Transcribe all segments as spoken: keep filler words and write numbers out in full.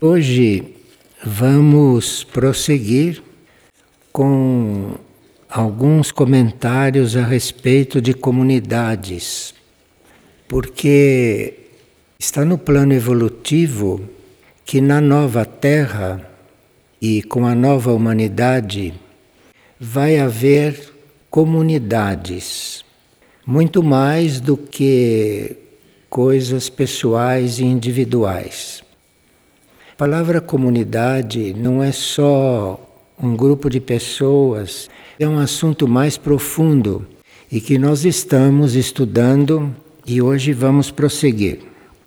Hoje vamos prosseguir com alguns comentários a respeito de comunidades, porque está no plano evolutivo que na nova Terra e com a nova humanidade vai haver comunidades, muito mais do que coisas pessoais e individuais. A palavra comunidade não é só um grupo de pessoas, é um assunto mais profundo e que nós estamos estudando e hoje vamos prosseguir.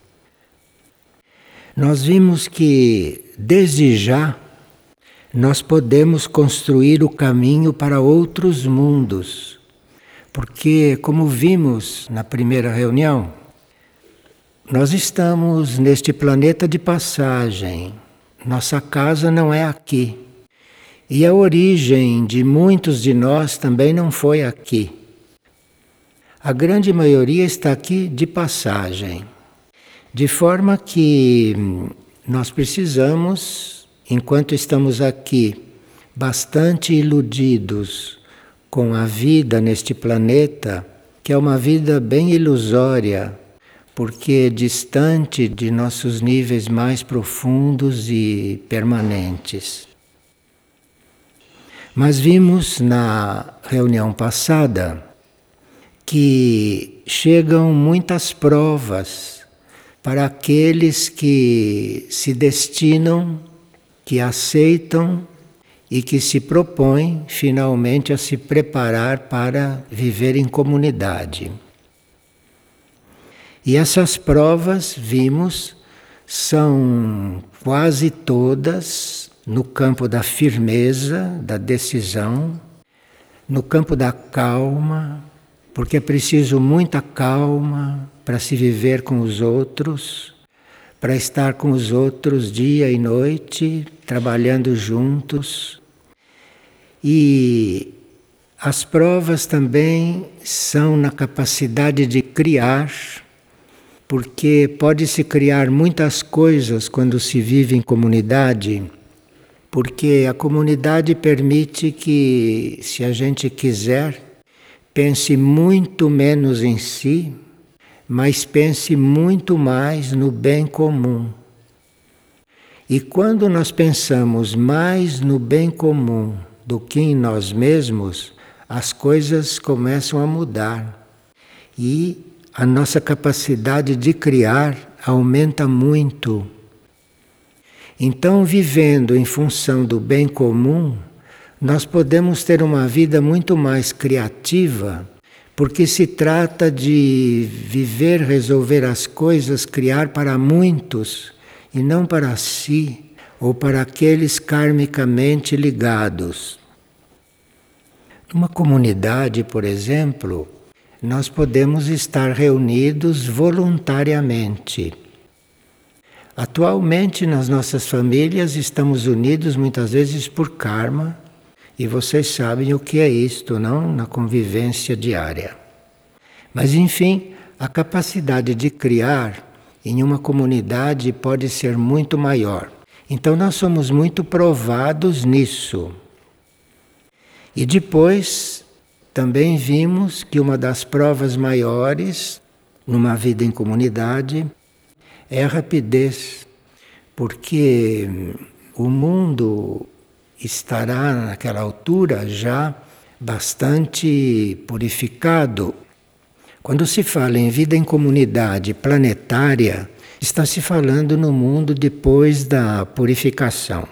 Nós vimos que, desde já, nós podemos construir o caminho para outros mundos, porque, como vimos na primeira reunião, nós estamos neste planeta de passagem, nossa casa não é aqui. E a origem de muitos de nós também não foi aqui. A grande maioria está aqui de passagem, de forma que nós precisamos, enquanto estamos aqui, bastante iludidos com a vida neste planeta, que é uma vida bem ilusória, porque é distante de nossos níveis mais profundos e permanentes. Mas vimos na reunião passada que chegam muitas provas para aqueles que se destinam, que aceitam e que se propõem finalmente a se preparar para viver em comunidade. E essas provas, vimos, são quase todas no campo da firmeza, da decisão, no campo da calma, porque é preciso muita calma para se viver com os outros, para estar com os outros dia e noite, trabalhando juntos. E as provas também são na capacidade de criar, porque pode-se criar muitas coisas quando se vive em comunidade, porque a comunidade permite que, se a gente quiser, pense muito menos em si, mas pense muito mais no bem comum. E quando nós pensamos mais no bem comum do que em nós mesmos, as coisas começam a mudar. E a nossa capacidade de criar aumenta muito. Então, vivendo em função do bem comum, nós podemos ter uma vida muito mais criativa, porque se trata de viver, resolver as coisas, criar para muitos e não para si ou para aqueles karmicamente ligados. Numa comunidade, por exemplo, nós podemos estar reunidos voluntariamente. Atualmente, nas nossas famílias, estamos unidos muitas vezes por karma, e vocês sabem o que é isto, não? Na convivência diária. Mas, enfim, a capacidade de criar em uma comunidade pode ser muito maior. Então, nós somos muito provados nisso. E depois, também vimos que uma das provas maiores numa vida em comunidade é a rapidez, porque o mundo estará naquela altura já bastante purificado. Quando se fala em vida em comunidade planetária, está se falando no mundo depois da purificação.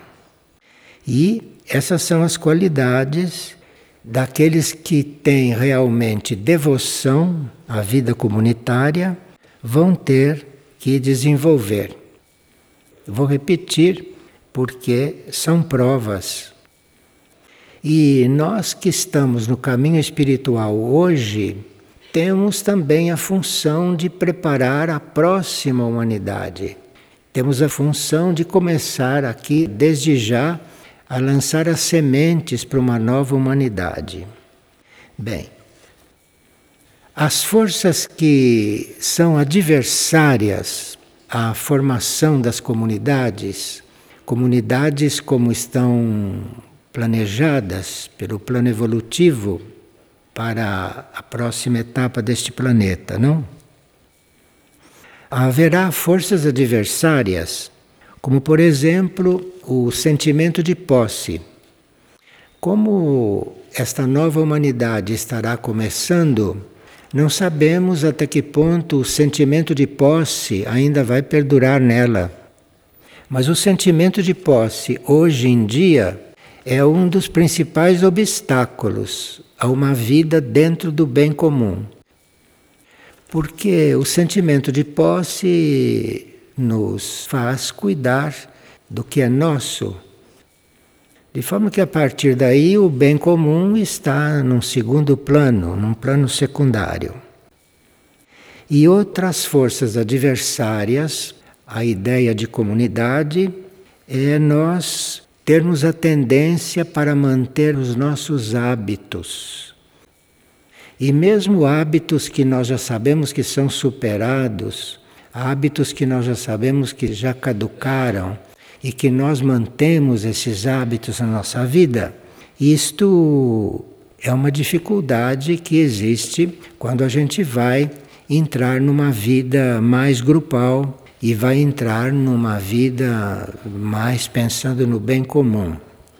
E essas são as qualidades daqueles que têm realmente devoção à vida comunitária, vão ter que desenvolver. Vou repetir, porque são provas. E nós que estamos no caminho espiritual hoje, temos também a função de preparar a próxima humanidade. Temos a função de começar aqui, desde já, a lançar as sementes para uma nova humanidade. Bem, as forças que são adversárias à formação das comunidades comunidades como estão planejadas pelo plano evolutivo para a próxima etapa deste planeta, não? Haverá forças adversárias, como por exemplo o sentimento de posse. Como esta nova humanidade estará começando, não sabemos até que ponto o sentimento de posse ainda vai perdurar nela. Mas o sentimento de posse, hoje em dia, é um dos principais obstáculos a uma vida dentro do bem comum. Porque o sentimento de posse nos faz cuidar do que é nosso. De forma que a partir daí o bem comum está num segundo plano, num plano secundário. E outras forças adversárias, a ideia de comunidade, é nós termos a tendência para manter os nossos hábitos. E mesmo hábitos que nós já sabemos que são superados, hábitos que nós já sabemos que já caducaram, e que nós mantemos esses hábitos na nossa vida, isto é uma dificuldade que existe quando a gente vai entrar numa vida mais grupal e vai entrar numa vida mais pensando no bem comum.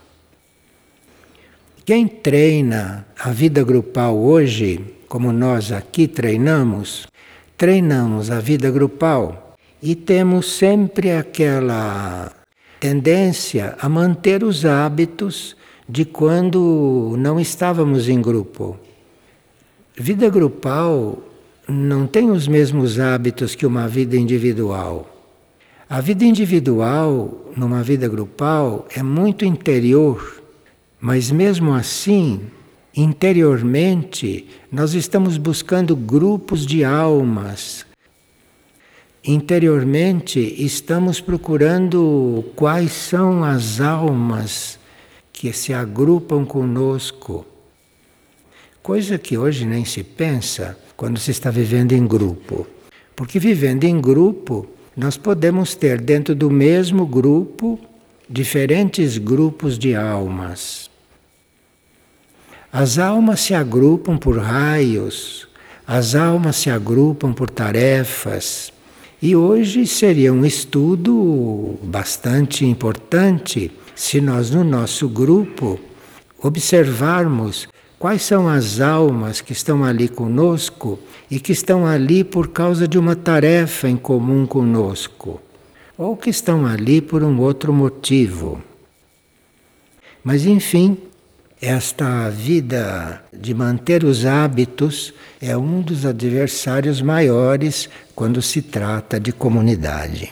Quem treina a vida grupal hoje, como nós aqui treinamos, treinamos a vida grupal e temos sempre aquela tendência a manter os hábitos de quando não estávamos em grupo. Vida grupal não tem os mesmos hábitos que uma vida individual. A vida individual, numa vida grupal, é muito interior, mas mesmo assim, interiormente, nós estamos buscando grupos de almas. Interiormente, estamos procurando quais são as almas que se agrupam conosco. Coisa que hoje nem se pensa quando se está vivendo em grupo. Porque vivendo em grupo, nós podemos ter dentro do mesmo grupo diferentes grupos de almas. As almas se agrupam por raios, as almas se agrupam por tarefas. E hoje seria um estudo bastante importante se nós, no nosso grupo, observarmos quais são as almas que estão ali conosco e que estão ali por causa de uma tarefa em comum conosco, ou que estão ali por um outro motivo. Mas, enfim, esta vida de manter os hábitos é um dos adversários maiores quando se trata de comunidade.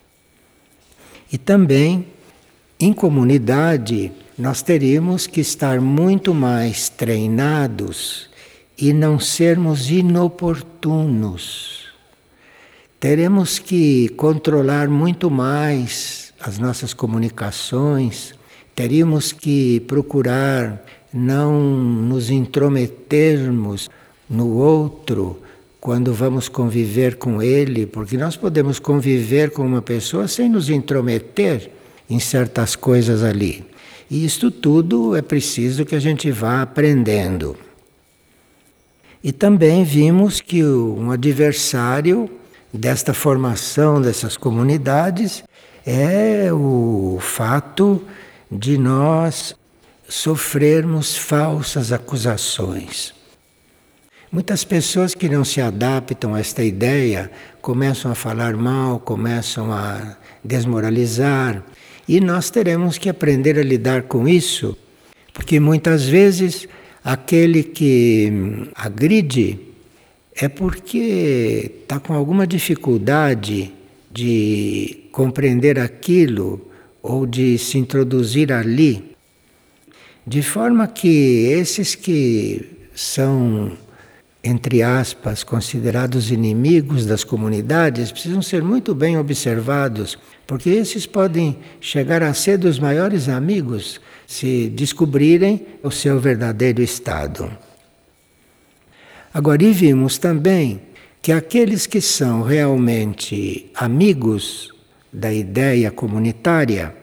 E também, em comunidade, nós teríamos que estar muito mais treinados e não sermos inoportunos. Teremos que controlar muito mais as nossas comunicações, teríamos que procurar não nos intrometermos no outro quando vamos conviver com ele, porque nós podemos conviver com uma pessoa sem nos intrometer em certas coisas ali. E isto tudo é preciso que a gente vá aprendendo. E também vimos que um adversário desta formação dessas comunidades é o fato de nós sofrermos falsas acusações. Muitas pessoas que não se adaptam a esta ideia começam a falar mal, começam a desmoralizar, e nós teremos que aprender a lidar com isso, porque muitas vezes aquele que agride é porque está com alguma dificuldade de compreender aquilo ou de se introduzir ali, de forma que esses que são, entre aspas, considerados inimigos das comunidades, precisam ser muito bem observados, porque esses podem chegar a ser dos maiores amigos se descobrirem o seu verdadeiro estado. Agora, e vimos também que aqueles que são realmente amigos da ideia comunitária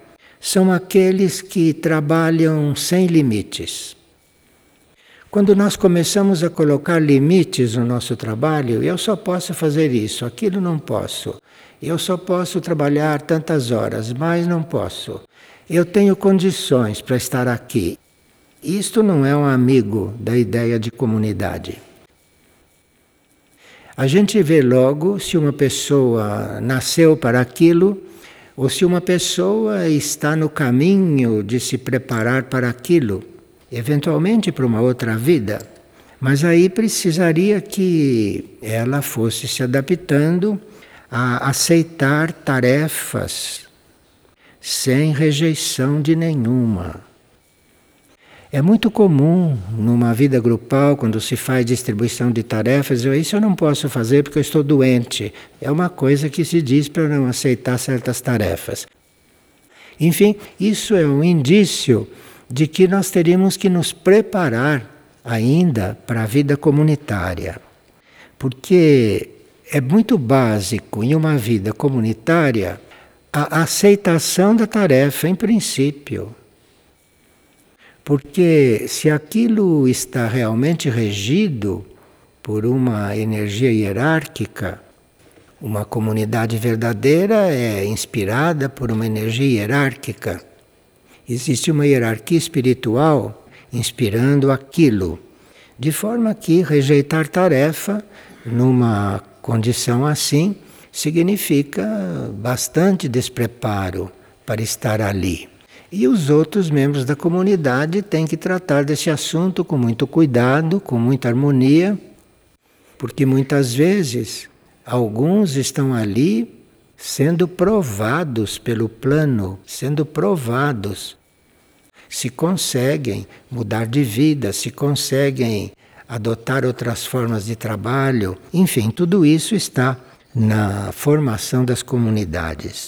são aqueles que trabalham sem limites. Quando nós começamos a colocar limites no nosso trabalho, eu só posso fazer isso, aquilo não posso. Eu só posso trabalhar tantas horas, mas não posso. Eu tenho condições para estar aqui. Isto não é um amigo da ideia de comunidade. A gente vê logo se uma pessoa nasceu para aquilo ou se uma pessoa está no caminho de se preparar para aquilo, eventualmente para uma outra vida. Mas aí precisaria que ela fosse se adaptando a aceitar tarefas sem rejeição de nenhuma. É muito comum numa vida grupal, quando se faz distribuição de tarefas, eu, isso eu não posso fazer porque eu estou doente. É uma coisa que se diz para não aceitar certas tarefas. Enfim, isso é um indício de que nós teríamos que nos preparar ainda para a vida comunitária. Porque é muito básico em uma vida comunitária a aceitação da tarefa, em princípio. Porque se aquilo está realmente regido por uma energia hierárquica, uma comunidade verdadeira é inspirada por uma energia hierárquica. Existe uma hierarquia espiritual inspirando aquilo, de forma que rejeitar tarefa numa condição assim significa bastante despreparo para estar ali. E os outros membros da comunidade têm que tratar desse assunto com muito cuidado, com muita harmonia, porque muitas vezes alguns estão ali sendo provados pelo plano, sendo provados. Se conseguem mudar de vida, se conseguem adotar outras formas de trabalho, enfim, tudo isso está na formação das comunidades.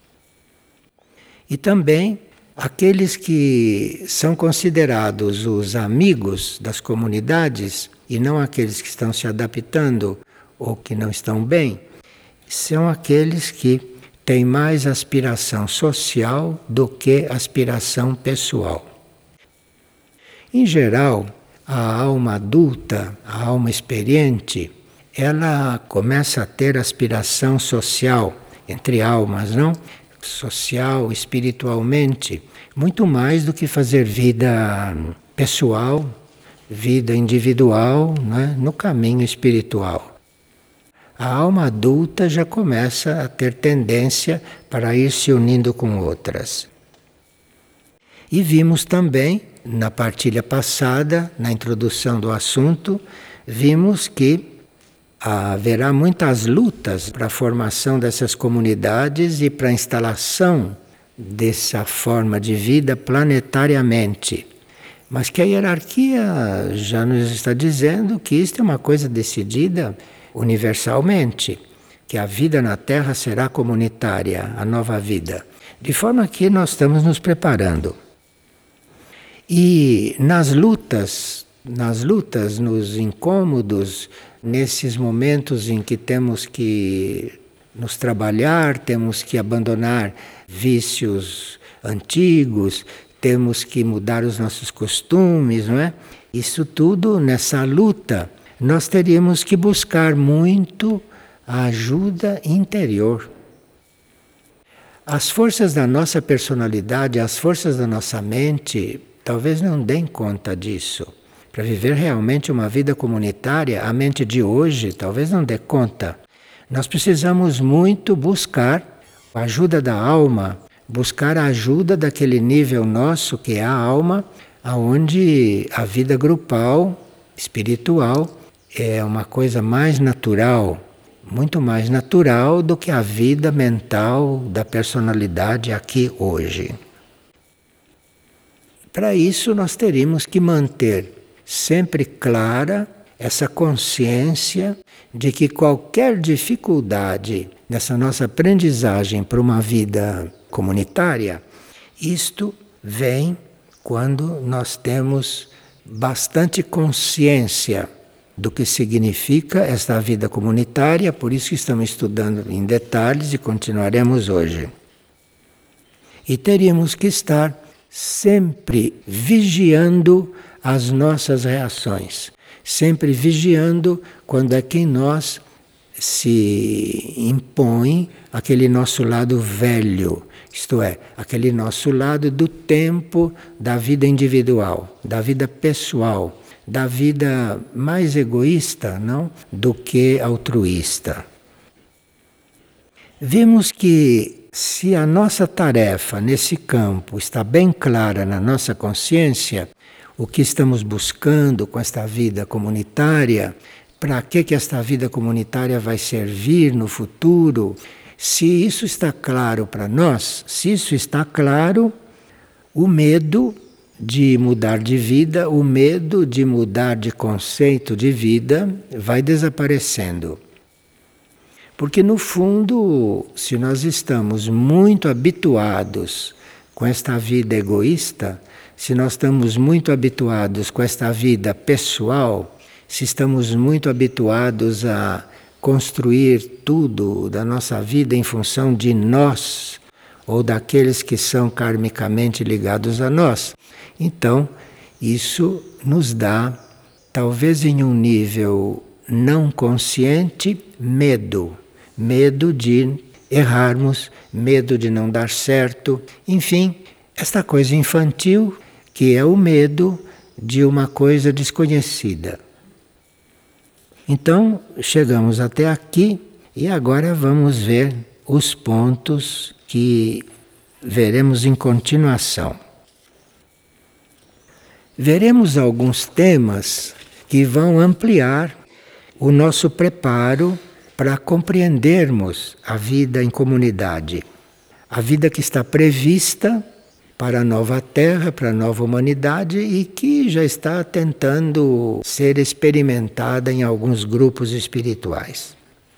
E também aqueles que são considerados os amigos das comunidades e não aqueles que estão se adaptando ou que não estão bem, são aqueles que têm mais aspiração social do que aspiração pessoal. Em geral, a alma adulta, a alma experiente, ela começa a ter aspiração social, entre almas, não? Social, espiritualmente, muito mais do que fazer vida pessoal, vida individual, né, no caminho espiritual. A alma adulta já começa a ter tendência para ir se unindo com outras. E vimos também, na partilha passada, na introdução do assunto, vimos que haverá muitas lutas para a formação dessas comunidades e para a instalação dessa forma de vida planetariamente. Mas que a hierarquia já nos está dizendo que isto é uma coisa decidida universalmente, que a vida na Terra será comunitária, a nova vida. De forma que nós estamos nos preparando. E nas lutas, nas lutas, nos incômodos, nesses momentos em que temos que nos trabalhar, temos que abandonar vícios antigos, temos que mudar os nossos costumes, não é? Isso tudo, nessa luta, nós teríamos que buscar muito a ajuda interior. As forças da nossa personalidade, as forças da nossa mente, talvez não deem conta disso. Para viver realmente uma vida comunitária, a mente de hoje talvez não dê conta. Nós precisamos muito buscar a ajuda da alma, buscar a ajuda daquele nível nosso que é a alma, aonde a vida grupal, espiritual, é uma coisa mais natural, muito mais natural do que a vida mental da personalidade aqui hoje. Para isso nós teríamos que manter sempre clara essa consciência de que qualquer dificuldade nessa nossa aprendizagem para uma vida comunitária, isto vem quando nós temos bastante consciência do que significa esta vida comunitária, por isso que estamos estudando em detalhes e continuaremos hoje. E teríamos que estar sempre vigiando as nossas reações, sempre vigiando quando é que em nós se impõe aquele nosso lado velho, isto é, aquele nosso lado do tempo da vida individual, da vida pessoal, da vida mais egoísta, não, do que altruísta. Vimos que se a nossa tarefa nesse campo está bem clara na nossa consciência, o que estamos buscando com esta vida comunitária, para que que esta vida comunitária vai servir no futuro, se isso está claro para nós, se isso está claro, o medo de mudar de vida, o medo de mudar de conceito de vida vai desaparecendo. Porque no fundo, se nós estamos muito habituados com esta vida egoísta, se nós estamos muito habituados com esta vida pessoal, se estamos muito habituados a construir tudo da nossa vida em função de nós ou daqueles que são karmicamente ligados a nós, então isso nos dá, talvez em um nível não consciente, medo. Medo de errarmos, medo de não dar certo, enfim, esta coisa infantil que é o medo de uma coisa desconhecida. Então, chegamos até aqui e agora vamos ver os pontos que veremos em continuação. Veremos alguns temas que vão ampliar o nosso preparo para compreendermos a vida em comunidade, a vida que está prevista para a nova Terra, para a nova humanidade e que já está tentando ser experimentada em alguns grupos espirituais.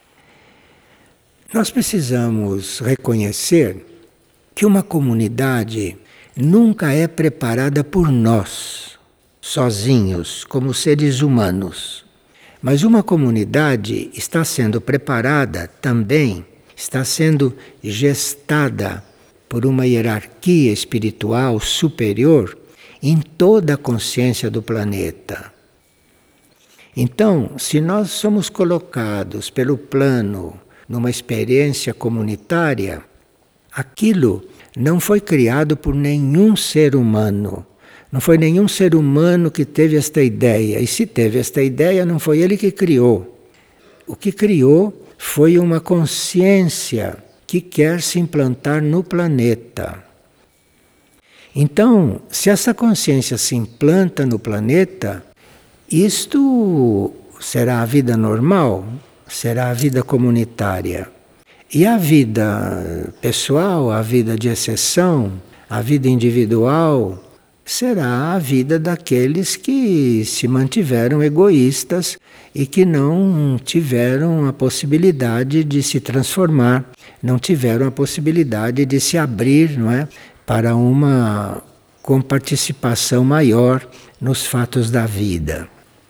Nós precisamos reconhecer que uma comunidade nunca é preparada por nós, sozinhos, como seres humanos. Mas uma comunidade está sendo preparada também, está sendo gestada por uma hierarquia espiritual superior em toda a consciência do planeta. Então, se nós somos colocados pelo plano numa experiência comunitária, aquilo não foi criado por nenhum ser humano. Não foi nenhum ser humano que teve esta ideia. E se teve esta ideia, não foi ele que criou. O que criou foi uma consciência que quer se implantar no planeta. Então, se essa consciência se implanta no planeta, isto será a vida normal, será a vida comunitária. E a vida pessoal, a vida de exceção, a vida individual, será a vida daqueles que se mantiveram egoístas e que não tiveram a possibilidade de se transformar, não tiveram a possibilidade de se abrir, não é, para uma comparticipação maior nos fatos da vida.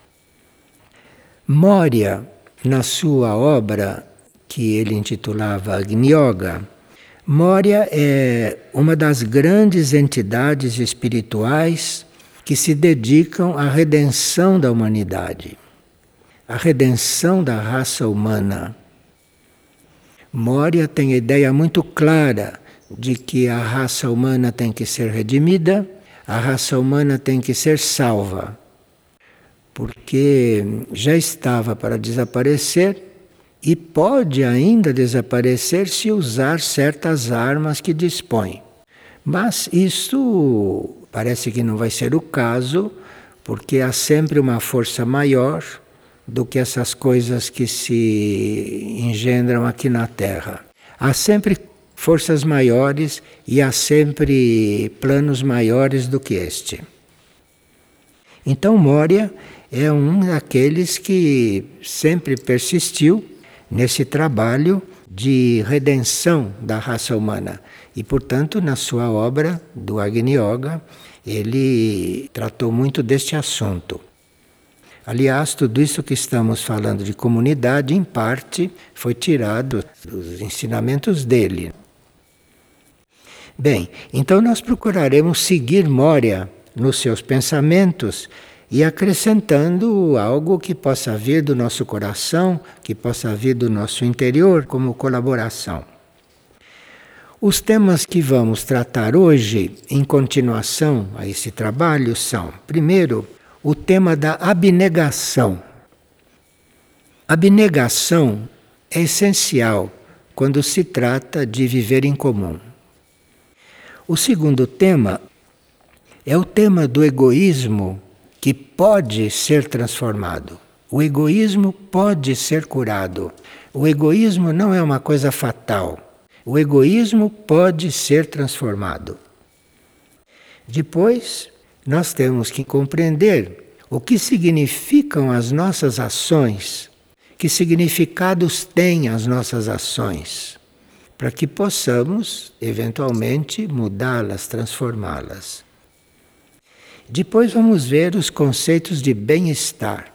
Moria, na sua obra que ele intitulava Agni Yoga, Moria é uma das grandes entidades espirituais que se dedicam à redenção da humanidade, à redenção da raça humana. Moria tem a ideia muito clara de que a raça humana tem que ser redimida, a raça humana tem que ser salva, porque já estava para desaparecer. E pode ainda desaparecer se usar certas armas que dispõe. Mas isso parece que não vai ser o caso, porque há sempre uma força maior do que essas coisas que se engendram aqui na Terra. Há sempre forças maiores e há sempre planos maiores do que este. Então Moria é um daqueles que sempre persistiu nesse trabalho de redenção da raça humana. E, portanto, na sua obra do Agni Yoga, ele tratou muito deste assunto. Aliás, tudo isso que estamos falando de comunidade, em parte, foi tirado dos ensinamentos dele. Bem, então nós procuraremos seguir Moria nos seus pensamentos e acrescentando algo que possa vir do nosso coração, que possa vir do nosso interior como colaboração. Os temas que vamos tratar hoje, em continuação a esse trabalho, são, primeiro, o tema da abnegação. Abnegação é essencial quando se trata de viver em comum. O segundo tema é o tema do egoísmo que pode ser transformado. O egoísmo pode ser curado. O egoísmo não é uma coisa fatal. O egoísmo pode ser transformado. Depois, nós temos que compreender o que significam as nossas ações, que significados têm as nossas ações, para que possamos, eventualmente, mudá-las, transformá-las. Depois vamos ver os conceitos de bem-estar,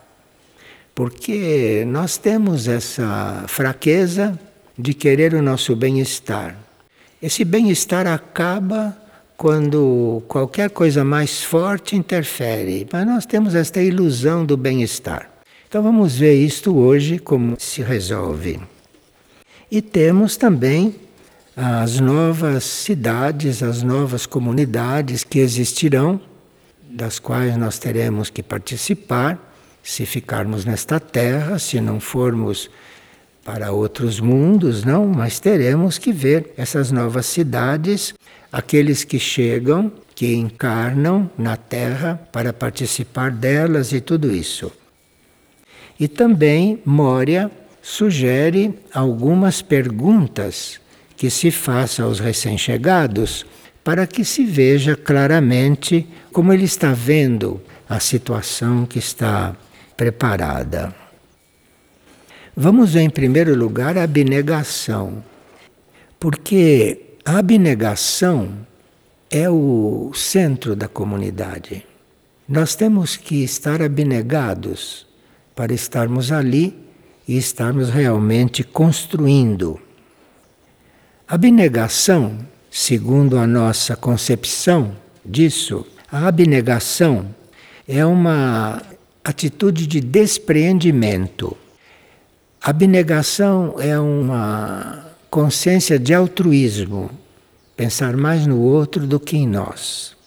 porque nós temos essa fraqueza de querer o nosso bem-estar. Esse bem-estar acaba quando qualquer coisa mais forte interfere, mas nós temos esta ilusão do bem-estar. Então vamos ver isto hoje, como se resolve. E temos também as novas cidades, as novas comunidades que existirão, das quais nós teremos que participar, se ficarmos nesta terra, se não formos para outros mundos, não, mas teremos que ver essas novas cidades, aqueles que chegam, que encarnam na terra para participar delas e tudo isso. E também Moria sugere algumas perguntas que se façam aos recém-chegados para que se veja claramente como ele está vendo a situação que está preparada. Vamos ver em primeiro lugar a abnegação, porque a abnegação é o centro da comunidade. Nós temos que estar abnegados para estarmos ali e estarmos realmente construindo. A abnegação, segundo a nossa concepção disso, a abnegação é uma atitude de despreendimento. A abnegação é uma consciência de altruísmo, pensar mais no outro do que em nós.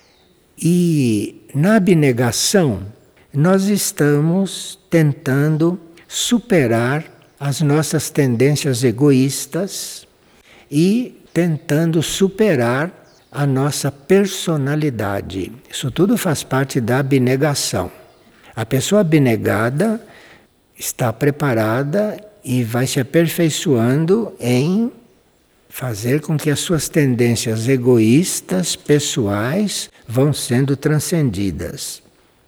E na abnegação, nós estamos tentando superar as nossas tendências egoístas e tentando superar a nossa personalidade. Isso tudo faz parte da abnegação. A pessoa abnegada está preparada e vai se aperfeiçoando em fazer com que as suas tendências egoístas, pessoais, vão sendo transcendidas.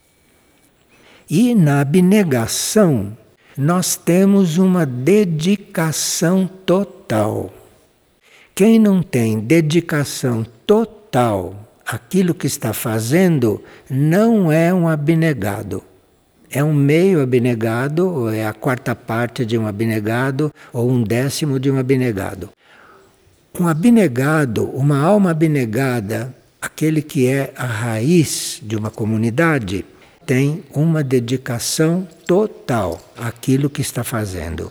E na abnegação, nós temos uma dedicação total. Quem não tem dedicação total àquilo que está fazendo, não é um abnegado. É um meio abnegado, ou é a quarta parte de um abnegado, ou um décimo de um abnegado. Um abnegado, uma alma abnegada, aquele que é a raiz de uma comunidade, tem uma dedicação total àquilo que está fazendo.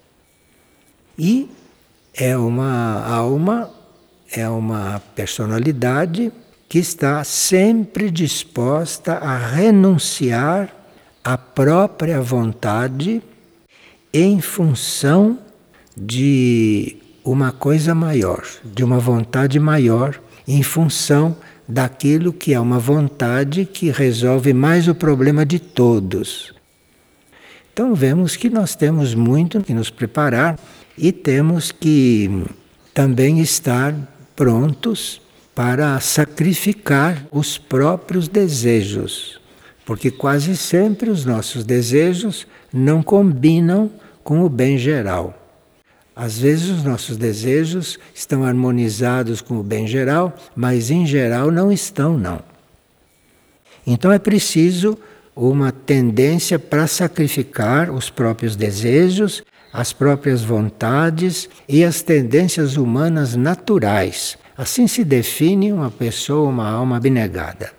E é uma alma, é uma personalidade que está sempre disposta a renunciar à própria vontade em função de uma coisa maior, de uma vontade maior, em função daquilo que é uma vontade que resolve mais o problema de todos. Então vemos que nós temos muito que nos preparar e temos que também estar prontos para sacrificar os próprios desejos, porque quase sempre os nossos desejos não combinam com o bem geral. Às vezes os nossos desejos estão harmonizados com o bem geral, mas em geral não estão, não. Então é preciso uma tendência para sacrificar os próprios desejos, as próprias vontades e as tendências humanas naturais, Assim se define uma pessoa, uma alma abnegada.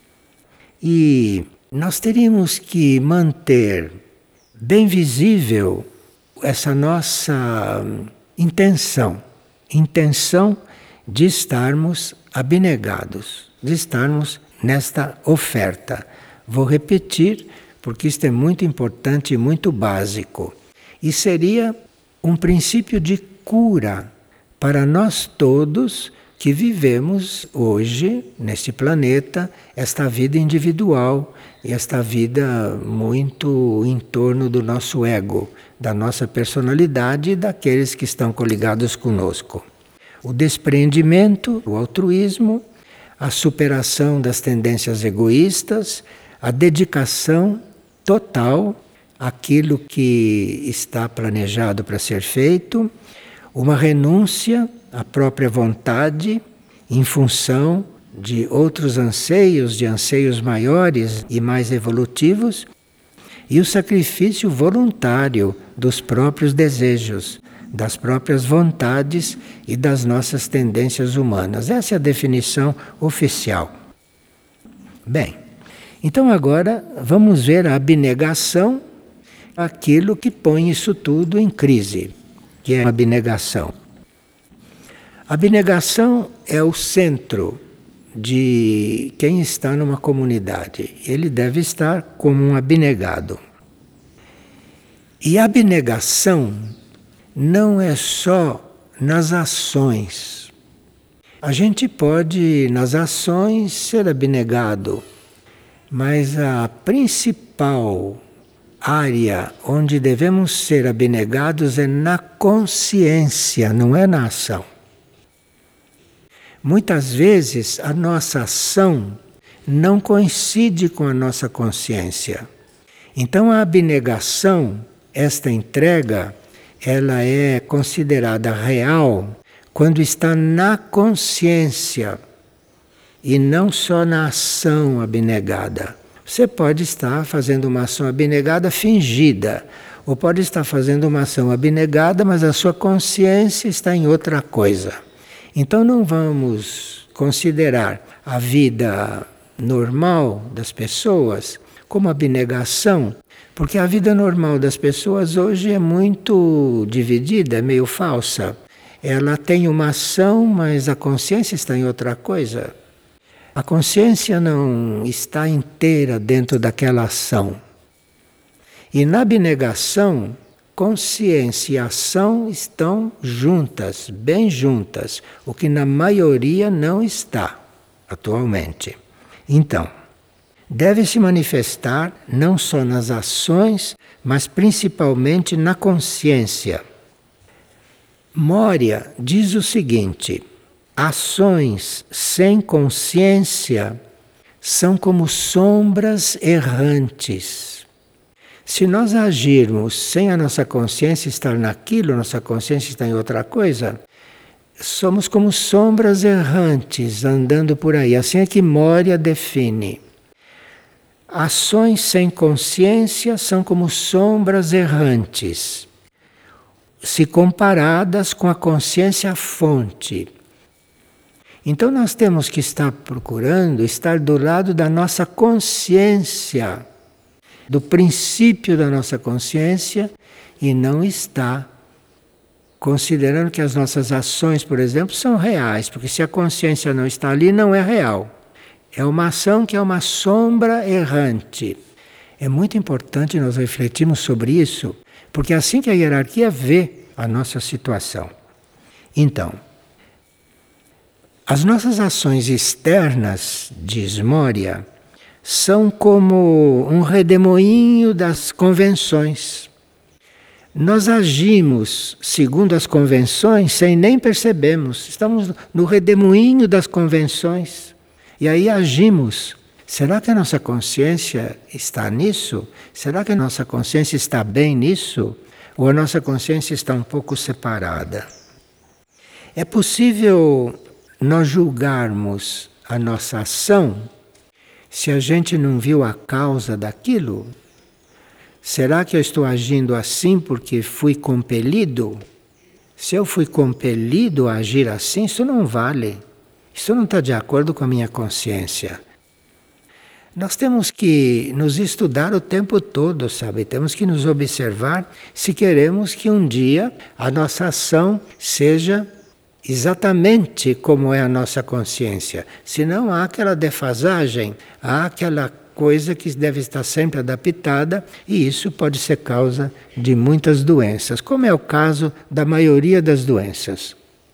E nós teríamos que manter bem visível essa nossa intenção, intenção de estarmos abnegados, de estarmos nesta oferta. Vou repetir, porque isto é muito importante e muito básico. E seria um princípio de cura para nós todos que vivemos hoje, neste planeta, esta vida individual e esta vida muito em torno do nosso ego, da nossa personalidade e daqueles que estão coligados conosco. O desprendimento, o altruísmo, a superação das tendências egoístas, a dedicação total àquilo que está planejado para ser feito, uma renúncia à própria vontade em função de outros anseios, de anseios maiores e mais evolutivos, e o sacrifício voluntário dos próprios desejos, das próprias vontades e das nossas tendências humanas. Essa é a definição oficial. Bem, então agora vamos ver a abnegação, aquilo que põe isso tudo em crise, que é a abnegação. A abnegação é o centro de quem está numa comunidade. Ele deve estar como um abnegado. E a abnegação não é só nas ações. A gente pode, nas ações, ser abnegado, mas a principal área onde devemos ser abnegados é na consciência, não é na ação. Muitas vezes a nossa ação não coincide com a nossa consciência. Então a abnegação, esta entrega, ela é considerada real quando está na consciência e não só na ação abnegada. Você pode estar fazendo uma ação abnegada fingida, ou pode estar fazendo uma ação abnegada, mas a sua consciência está em outra coisa. Então não vamos considerar a vida normal das pessoas como abnegação, porque a vida normal das pessoas hoje é muito dividida, é meio falsa. Ela tem uma ação, mas a consciência está em outra coisa. A consciência não está inteira dentro daquela ação. E na abnegação, consciência e ação estão juntas, bem juntas, o que na maioria não está atualmente. Então, deve se manifestar não só nas ações, mas principalmente na consciência. Moria diz o seguinte: ações sem consciência são como sombras errantes. Se nós agirmos sem a nossa consciência estar naquilo, nossa consciência está em outra coisa, somos como sombras errantes andando por aí. Assim é que Moria define. Ações sem consciência são como sombras errantes, se comparadas com a consciência fonte. Então nós temos que estar procurando estar do lado da nossa consciência, do princípio da nossa consciência, e não está considerando que as nossas ações, por exemplo, são reais, porque se a consciência não está ali, não é real. É uma ação que é uma sombra errante. É muito importante nós refletirmos sobre isso, porque é assim que a hierarquia vê a nossa situação. Então, as nossas ações externas, diz Moria, são como um redemoinho das convenções. Nós agimos segundo as convenções sem nem percebermos. Estamos no redemoinho das convenções. E aí agimos. Será que a nossa consciência está nisso? Será que a nossa consciência está bem nisso? Ou a nossa consciência está um pouco separada? É possível nós julgarmos a nossa ação se a gente não viu a causa daquilo? Será que eu estou agindo assim porque fui compelido? Se eu fui compelido a agir assim, isso não vale. Isso não está de acordo com a minha consciência. Nós temos que nos estudar o tempo todo, sabe? Temos que nos observar se queremos que um dia a nossa ação seja exatamente como é a nossa consciência. Senão há aquela defasagem, há aquela coisa que deve estar sempre adaptada e isso pode ser causa de muitas doenças, como é o caso da maioria das doenças.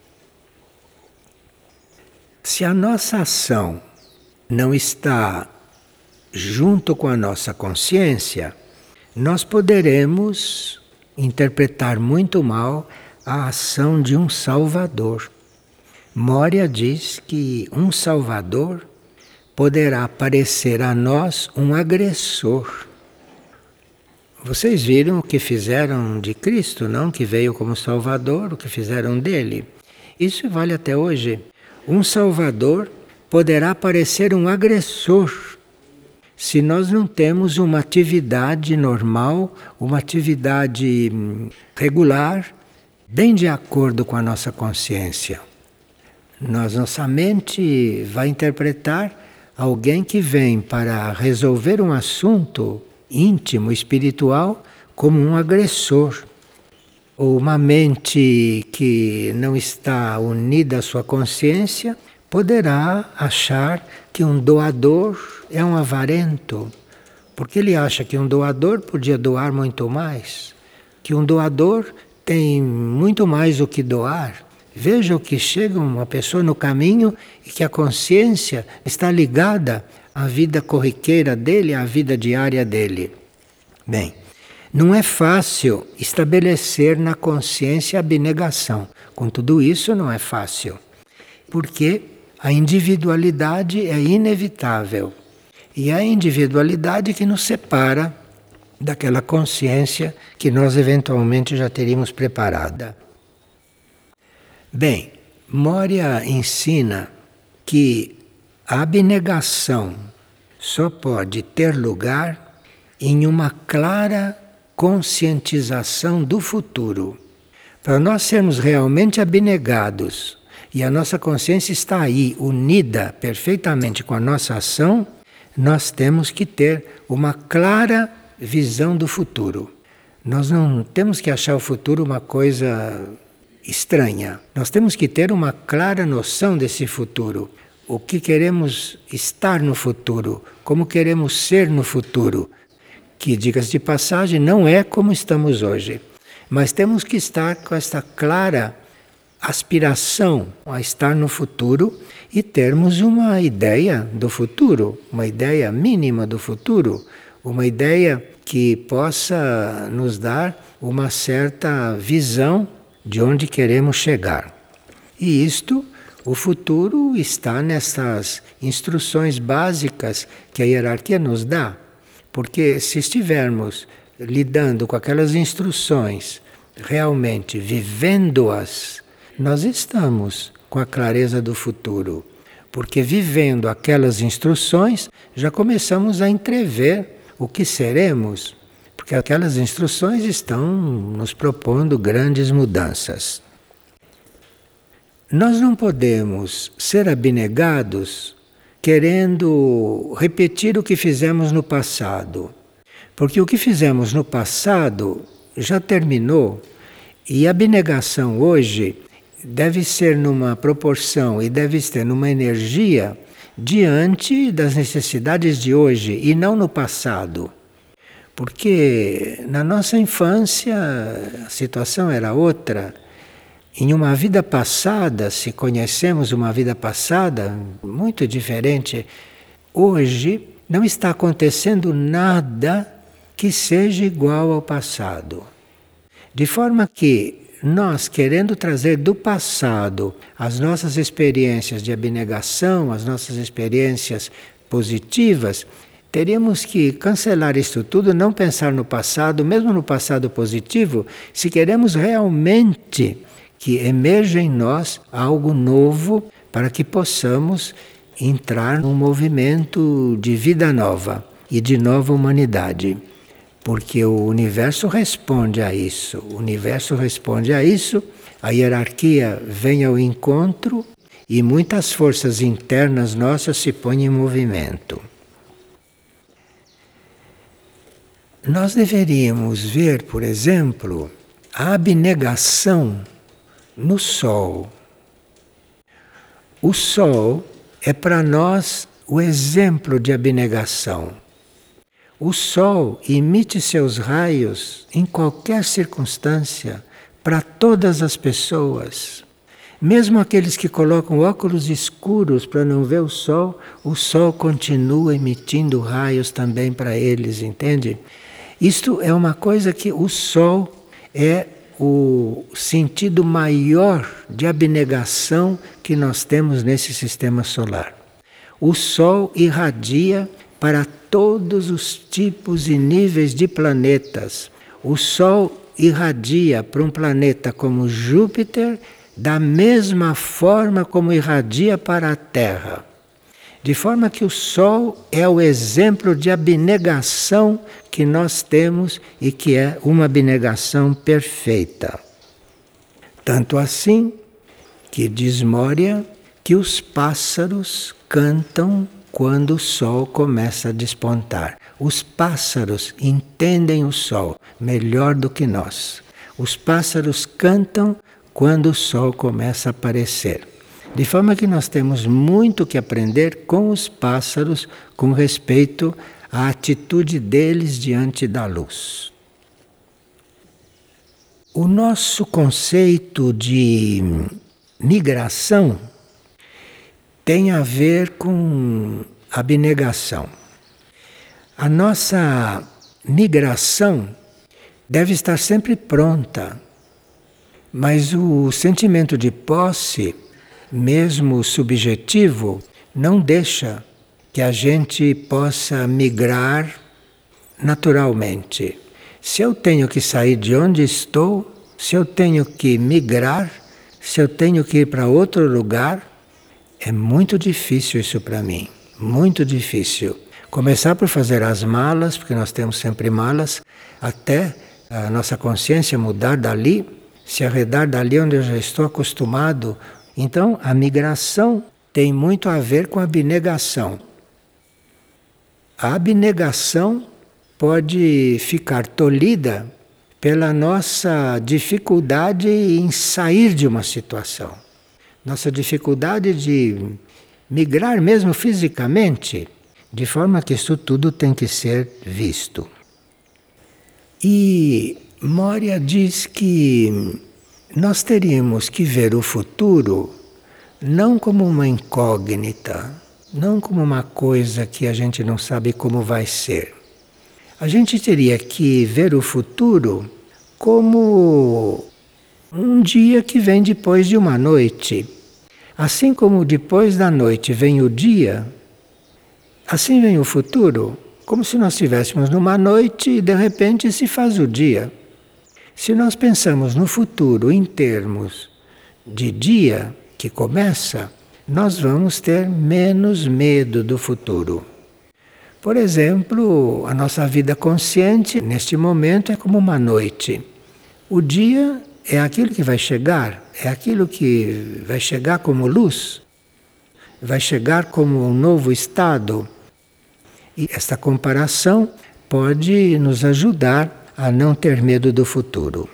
Se a nossa ação não está junto com a nossa consciência, nós poderemos interpretar muito mal a ação de um Salvador. Moria diz que um Salvador poderá parecer a nós um agressor. Vocês viram o que fizeram de Cristo, não? Que veio como Salvador, o que fizeram dele. Isso vale até hoje. Um Salvador poderá parecer um agressor se nós não temos uma atividade normal, uma atividade regular, bem de acordo com a nossa consciência. Nós, nossa mente vai interpretar alguém que vem para resolver um assunto íntimo, espiritual, como um agressor. Ou uma mente que não está unida à sua consciência poderá achar que um doador é um avarento, porque ele acha que um doador podia doar muito mais, que um doador tem muito mais o que doar. Veja o que chega uma pessoa no caminho e que a consciência está ligada à vida corriqueira dele, à vida diária dele. Bem, não é fácil estabelecer na consciência a abnegação. Com tudo isso não é fácil, porque a individualidade é inevitável. E é a individualidade que nos separa daquela consciência que nós eventualmente já teríamos preparada. Bem, Moria ensina que a abnegação só pode ter lugar em uma clara conscientização do futuro. Para nós sermos realmente abnegados e a nossa consciência está aí, unida perfeitamente com a nossa ação, nós temos que ter uma clara visão do futuro. Nós não temos que achar o futuro uma coisa estranha. Nós temos que ter uma clara noção desse futuro. O que queremos estar no futuro, como queremos ser no futuro. Que, diga-se de passagem, não é como estamos hoje. Mas temos que estar com esta clara aspiração a estar no futuro e termos uma ideia do futuro, uma ideia mínima do futuro, uma ideia que possa nos dar uma certa visão de onde queremos chegar. E isto, o futuro está nessas instruções básicas que a hierarquia nos dá. Porque se estivermos lidando com aquelas instruções, realmente vivendo-as, nós estamos com a clareza do futuro. Porque vivendo aquelas instruções, já começamos a entrever o que seremos. Porque aquelas instruções estão nos propondo grandes mudanças. Nós não podemos ser abnegados querendo repetir o que fizemos no passado. Porque o que fizemos no passado já terminou e a abnegação hoje deve ser numa proporção e deve ser numa energia diante das necessidades de hoje e não no passado. Porque na nossa infância a situação era outra. Em uma vida passada, se conhecemos uma vida passada muito diferente, hoje não está acontecendo nada que seja igual ao passado. De forma que nós, querendo trazer do passado as nossas experiências de abnegação, as nossas experiências positivas, teríamos que cancelar isso tudo, não pensar no passado, mesmo no passado positivo, se queremos realmente que emerja em nós algo novo para que possamos entrar num movimento de vida nova e de nova humanidade. Porque o universo responde a isso, o universo responde a isso, a hierarquia vem ao encontro e muitas forças internas nossas se põem em movimento. Nós deveríamos ver, por exemplo, a abnegação no Sol. O Sol é para nós o exemplo de abnegação. O Sol emite seus raios em qualquer circunstância para todas as pessoas. Mesmo aqueles que colocam óculos escuros para não ver o Sol, o Sol continua emitindo raios também para eles, entende? Isto é uma coisa que o Sol é o sentido maior de abnegação que nós temos nesse sistema solar. O Sol irradia para todos os tipos e níveis de planetas. O Sol irradia para um planeta como Júpiter da mesma forma como irradia para a Terra. De forma que o Sol é o exemplo de abnegação que nós temos e que é uma abnegação perfeita. Tanto assim que diz Moria que os pássaros cantam quando o Sol começa a despontar. Os pássaros entendem o Sol melhor do que nós. Os pássaros cantam quando o Sol começa a aparecer. De forma que nós temos muito que aprender com os pássaros com respeito à atitude deles diante da luz. O nosso conceito de migração tem a ver com abnegação. A nossa migração deve estar sempre pronta, mas o sentimento de posse, mesmo subjetivo, não deixa que a gente possa migrar naturalmente. Se eu tenho que sair de onde estou, se eu tenho que migrar, se eu tenho que ir para outro lugar, é muito difícil isso para mim, muito difícil. Começar por fazer as malas, porque nós temos sempre malas, até a nossa consciência mudar dali, se arredar dali onde eu já estou acostumado. Então, a migração tem muito a ver com a abnegação. A abnegação pode ficar tolhida pela nossa dificuldade em sair de uma situação. Nossa dificuldade de migrar mesmo fisicamente, de forma que isso tudo tem que ser visto. E Moria diz que nós teríamos que ver o futuro não como uma incógnita, não como uma coisa que a gente não sabe como vai ser. A gente teria que ver o futuro como um dia que vem depois de uma noite. Assim como depois da noite vem o dia, assim vem o futuro, como se nós estivéssemos numa noite e de repente se faz o dia. Se nós pensamos no futuro em termos de dia que começa, nós vamos ter menos medo do futuro. Por exemplo, a nossa vida consciente, neste momento, é como uma noite. O dia é aquilo que vai chegar, é aquilo que vai chegar como luz, vai chegar como um novo estado. E esta comparação pode nos ajudar a não ter medo do futuro.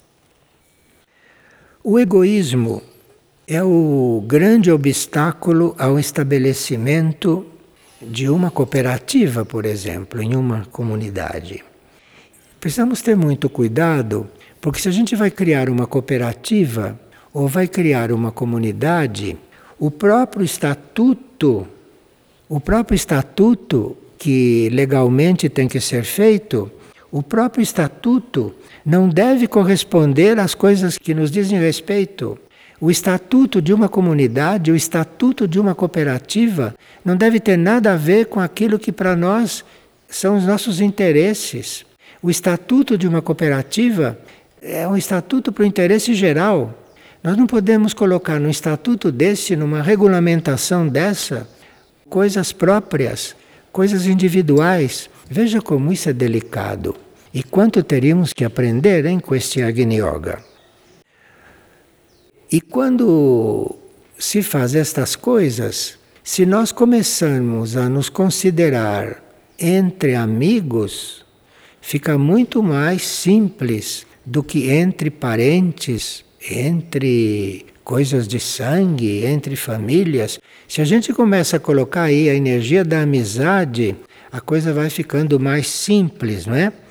O egoísmo é o grande obstáculo ao estabelecimento de uma cooperativa, por exemplo, em uma comunidade. Precisamos ter muito cuidado, porque se a gente vai criar uma cooperativa ou vai criar uma comunidade, o próprio estatuto, o próprio estatuto que legalmente tem que ser feito, o próprio estatuto não deve corresponder às coisas que nos dizem respeito. O estatuto de uma comunidade, o estatuto de uma cooperativa, não deve ter nada a ver com aquilo que para nós são os nossos interesses. O estatuto de uma cooperativa é um estatuto para o interesse geral. Nós não podemos colocar num estatuto desse, numa regulamentação dessa, coisas próprias, coisas individuais. Veja como isso é delicado. E quanto teríamos que aprender, hein, com este Agni Yoga. E quando se faz estas coisas, se nós começarmos a nos considerar entre amigos, fica muito mais simples do que entre parentes, entre coisas de sangue, entre famílias. Se a gente começa a colocar aí a energia da amizade, a coisa vai ficando mais simples, não é?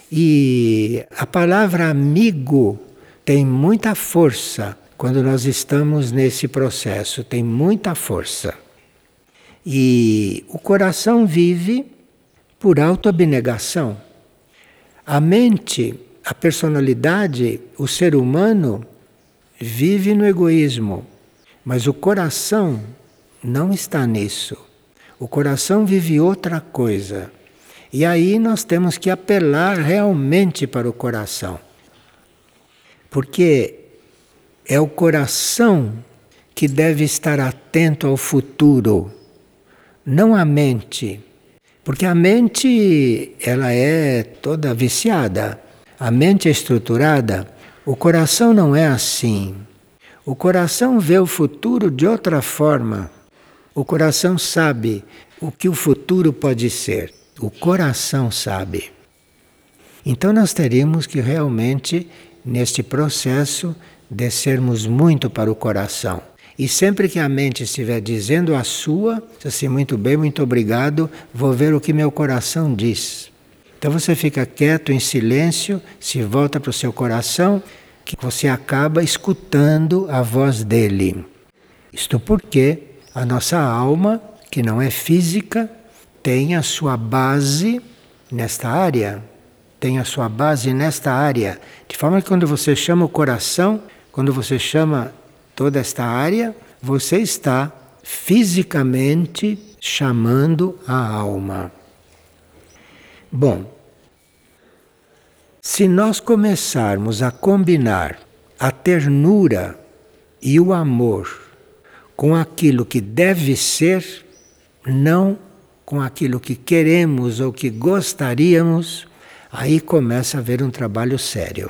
E a palavra amigo tem muita força quando nós estamos nesse processo, tem muita força. E o coração vive por autoabnegação. A mente, a personalidade, o ser humano vive no egoísmo, mas o coração não está nisso. O coração vive outra coisa. E aí nós temos que apelar realmente para o coração. Porque é o coração que deve estar atento ao futuro, não a mente. Porque a mente, ela é toda viciada. A mente é estruturada. O coração não é assim. O coração vê o futuro de outra forma. O coração sabe o que o futuro pode ser. O coração sabe. Então nós teríamos que realmente, neste processo, descermos muito para o coração. E sempre que a mente estiver dizendo a sua, diz assim, muito bem, muito obrigado, vou ver o que meu coração diz. Então você fica quieto, em silêncio, se volta para o seu coração, que você acaba escutando a voz dele. Isto porque a nossa alma, que não é física, tem a sua base nesta área. Tem a sua base nesta área. De forma que quando você chama o coração, quando você chama toda esta área, você está fisicamente chamando a alma. Bom, se nós começarmos a combinar a ternura e o amor com aquilo que deve ser, não com aquilo que queremos ou que gostaríamos, aí começa a haver um trabalho sério.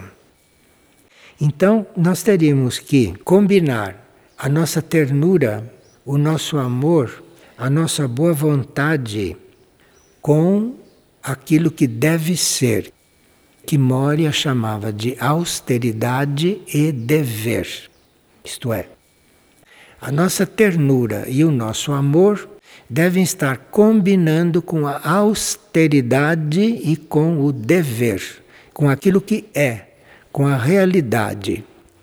Então, nós teríamos que combinar a nossa ternura, o nosso amor, a nossa boa vontade com aquilo que deve ser, que Moria chamava de austeridade e dever. Isto é, a nossa ternura e o nosso amor devem estar combinando com a austeridade e com o dever, com aquilo que é, com a realidade.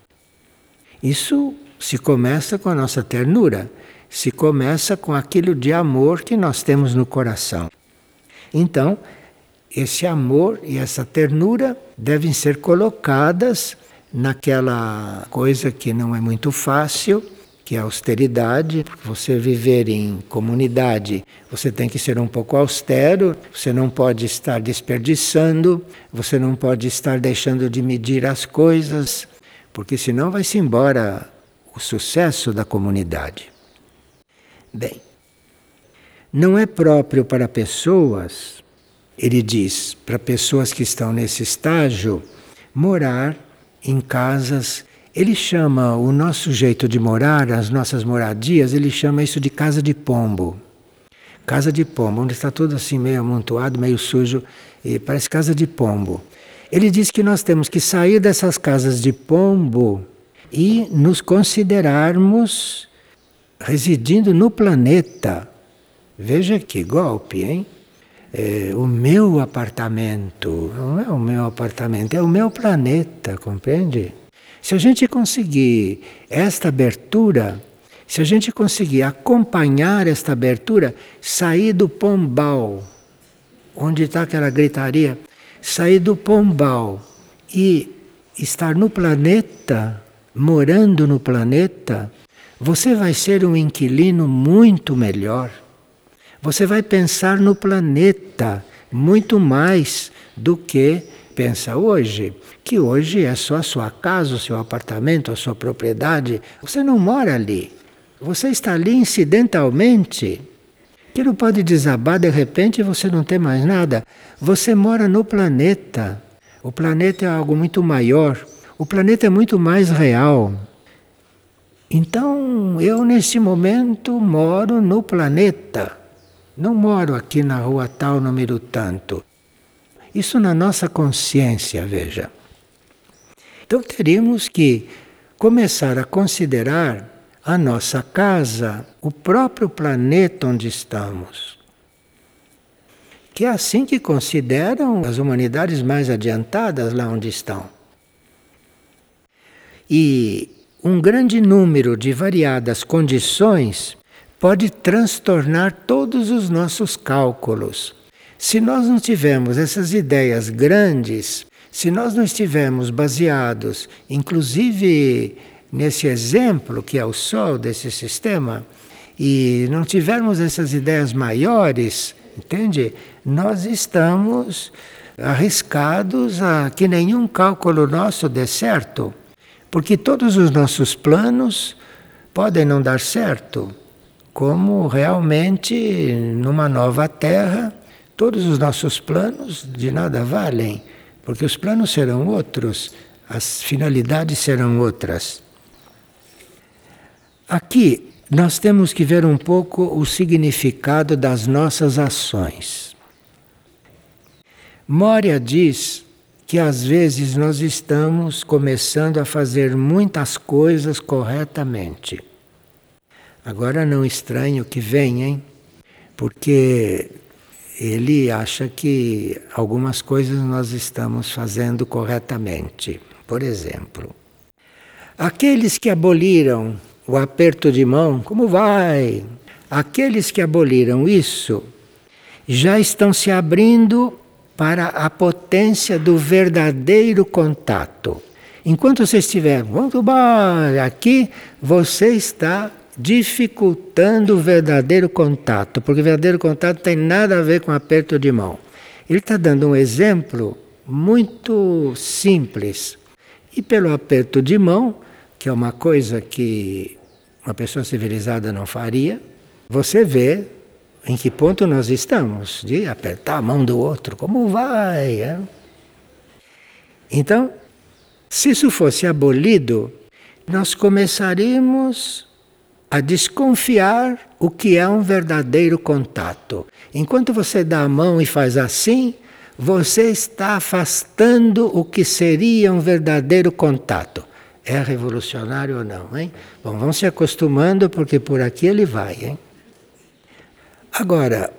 Isso se começa com a nossa ternura, se começa com aquilo de amor que nós temos no coração. Então, esse amor e essa ternura devem ser colocadas naquela coisa que não é muito fácil, que é a austeridade. Porque você viver em comunidade, você tem que ser um pouco austero, você não pode estar desperdiçando, você não pode estar deixando de medir as coisas, porque senão vai-se embora o sucesso da comunidade. Bem, não é próprio para pessoas, ele diz, para pessoas que estão nesse estágio, morar em casas. Ele chama o nosso jeito de morar, as nossas moradias, ele chama isso de casa de pombo. Casa de pombo, onde está tudo assim meio amontoado, meio sujo, e parece casa de pombo. Ele diz que nós temos que sair dessas casas de pombo e nos considerarmos residindo no planeta. Veja que golpe, hein? É, o meu apartamento, não é o meu apartamento, é o meu planeta, compreende? Se a gente conseguir esta abertura, se a gente conseguir acompanhar esta abertura, sair do pombal, onde está aquela gritaria, sair do pombal e estar no planeta, morando no planeta, você vai ser um inquilino muito melhor. Você vai pensar no planeta muito mais do que pensa hoje, que hoje é só a sua casa, o seu apartamento, a sua propriedade. Você não mora ali. Você está ali incidentalmente. Aquilo pode desabar de repente e você não tem mais nada. Você mora no planeta. O planeta é algo muito maior. O planeta é muito mais real. Então, eu nesse momento moro no planeta. Não moro aqui na rua tal, número tanto. Isso na nossa consciência, veja. Então teríamos que começar a considerar a nossa casa, o próprio planeta onde estamos. Que é assim que consideram as humanidades mais adiantadas lá onde estão. E um grande número de variadas condições pode transtornar todos os nossos cálculos. Se nós não tivermos essas ideias grandes, se nós não estivermos baseados, inclusive nesse exemplo que é o Sol desse sistema, e não tivermos essas ideias maiores, entende? Nós estamos arriscados a que nenhum cálculo nosso dê certo, porque todos os nossos planos podem não dar certo, como realmente numa nova Terra, todos os nossos planos de nada valem, porque os planos serão outros, as finalidades serão outras. Aqui nós temos que ver um pouco o significado das nossas ações. Moria diz que às vezes nós estamos começando a fazer muitas coisas corretamente. Agora não estranhe o que vem, hein? Porque ele acha que algumas coisas nós estamos fazendo corretamente. Por exemplo, aqueles que aboliram o aperto de mão, como vai? Aqueles que aboliram isso já estão se abrindo para a potência do verdadeiro contato. Enquanto você estiver muito bom aqui, você está dificultando o verdadeiro contato, porque o verdadeiro contato não tem nada a ver com aperto de mão. Ele está dando um exemplo muito simples. E pelo aperto de mão, que é uma coisa que uma pessoa civilizada não faria, você vê em que ponto nós estamos, de apertar a mão do outro, como vai? É? Então, se isso fosse abolido, nós começaríamos a desconfiar o que é um verdadeiro contato. Enquanto você dá a mão e faz assim, você está afastando o que seria um verdadeiro contato. É revolucionário ou não, hein? Bom, vamos se acostumando porque por aqui ele vai, hein? Agora,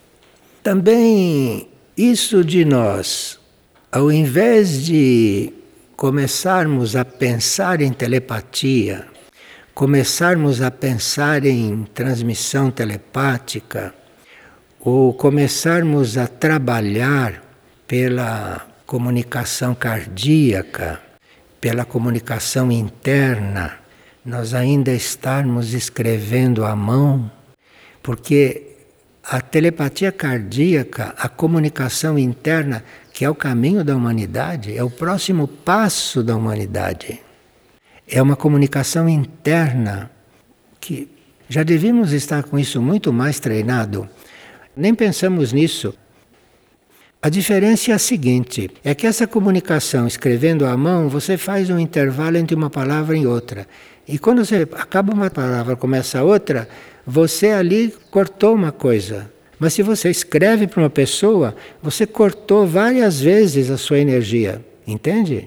também isso de nós, ao invés de começarmos a pensar em telepatia, começarmos a pensar em transmissão telepática, ou começarmos a trabalhar pela comunicação cardíaca, pela comunicação interna, nós ainda estarmos escrevendo à mão, porque a telepatia cardíaca, a comunicação interna, que é o caminho da humanidade, é o próximo passo da humanidade. É uma comunicação interna que já devíamos estar com isso muito mais treinado. Nem pensamos nisso. A diferença é a seguinte, é que essa comunicação escrevendo à mão, você faz um intervalo entre uma palavra e outra. E quando você acaba uma palavra, começa outra, você ali cortou uma coisa. Mas se você escreve para uma pessoa, você cortou várias vezes a sua energia. Entende?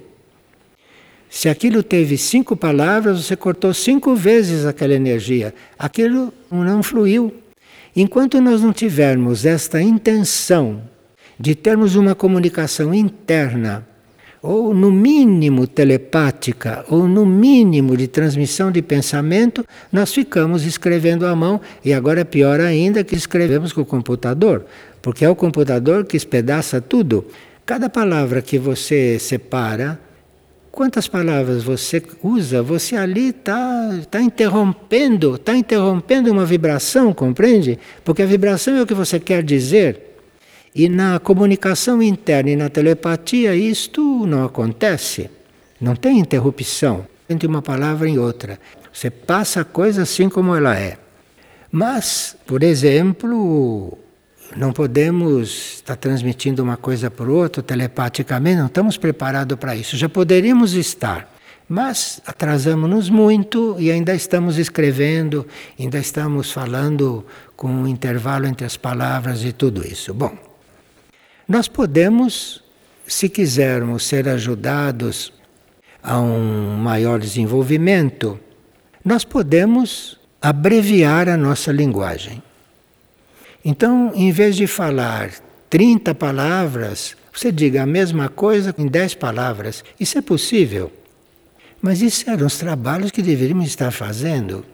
Se aquilo teve cinco palavras, você cortou cinco vezes aquela energia. Aquilo não fluiu. Enquanto nós não tivermos esta intenção de termos uma comunicação interna, ou no mínimo telepática, ou no mínimo de transmissão de pensamento, nós ficamos escrevendo à mão, e agora é pior ainda que escrevemos com o computador, porque é o computador que espedaça tudo. Cada palavra que você separa, quantas palavras você usa, você ali está tá interrompendo, está interrompendo uma vibração, compreende? Porque a vibração é o que você quer dizer. E na comunicação interna e na telepatia isto não acontece. Não tem interrupção entre uma palavra e outra. Você passa a coisa assim como ela é. Mas, por exemplo, não podemos estar transmitindo uma coisa para o outro telepaticamente, não estamos preparados para isso. Já poderíamos estar, Mas atrasamos-nos muito e ainda estamos escrevendo, ainda estamos falando com um intervalo entre as palavras e tudo isso. Bom, nós podemos, se quisermos ser ajudados a um maior desenvolvimento, nós podemos abreviar a nossa linguagem. Então, em vez de falar trinta palavras, você diga a mesma coisa em dez palavras. Isso é possível. Mas isso eram os trabalhos que deveríamos estar fazendo.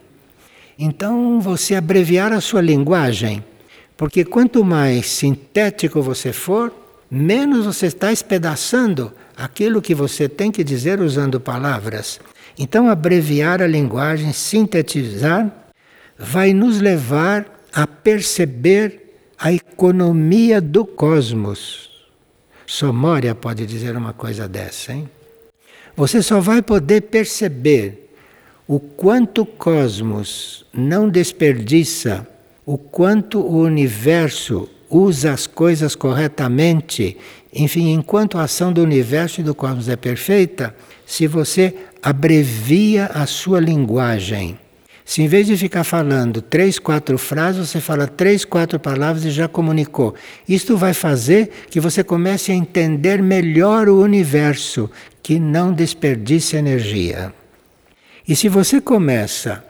Então, você abreviar a sua linguagem, porque quanto mais sintético você for, menos você está espedaçando aquilo que você tem que dizer usando palavras. Então, abreviar a linguagem, sintetizar, vai nos levar a perceber a economia do cosmos. Só Moria pode dizer uma coisa dessa, hein? Você só vai poder perceber o quanto o cosmos não desperdiça, o quanto o universo usa as coisas corretamente, enfim, enquanto a ação do universo e do cosmos é perfeita, se você abrevia a sua linguagem. Se em vez de ficar falando três, quatro frases, você fala três, quatro palavras e já comunicou. Isto vai fazer que você comece a entender melhor o universo, que não desperdice energia. E se você começa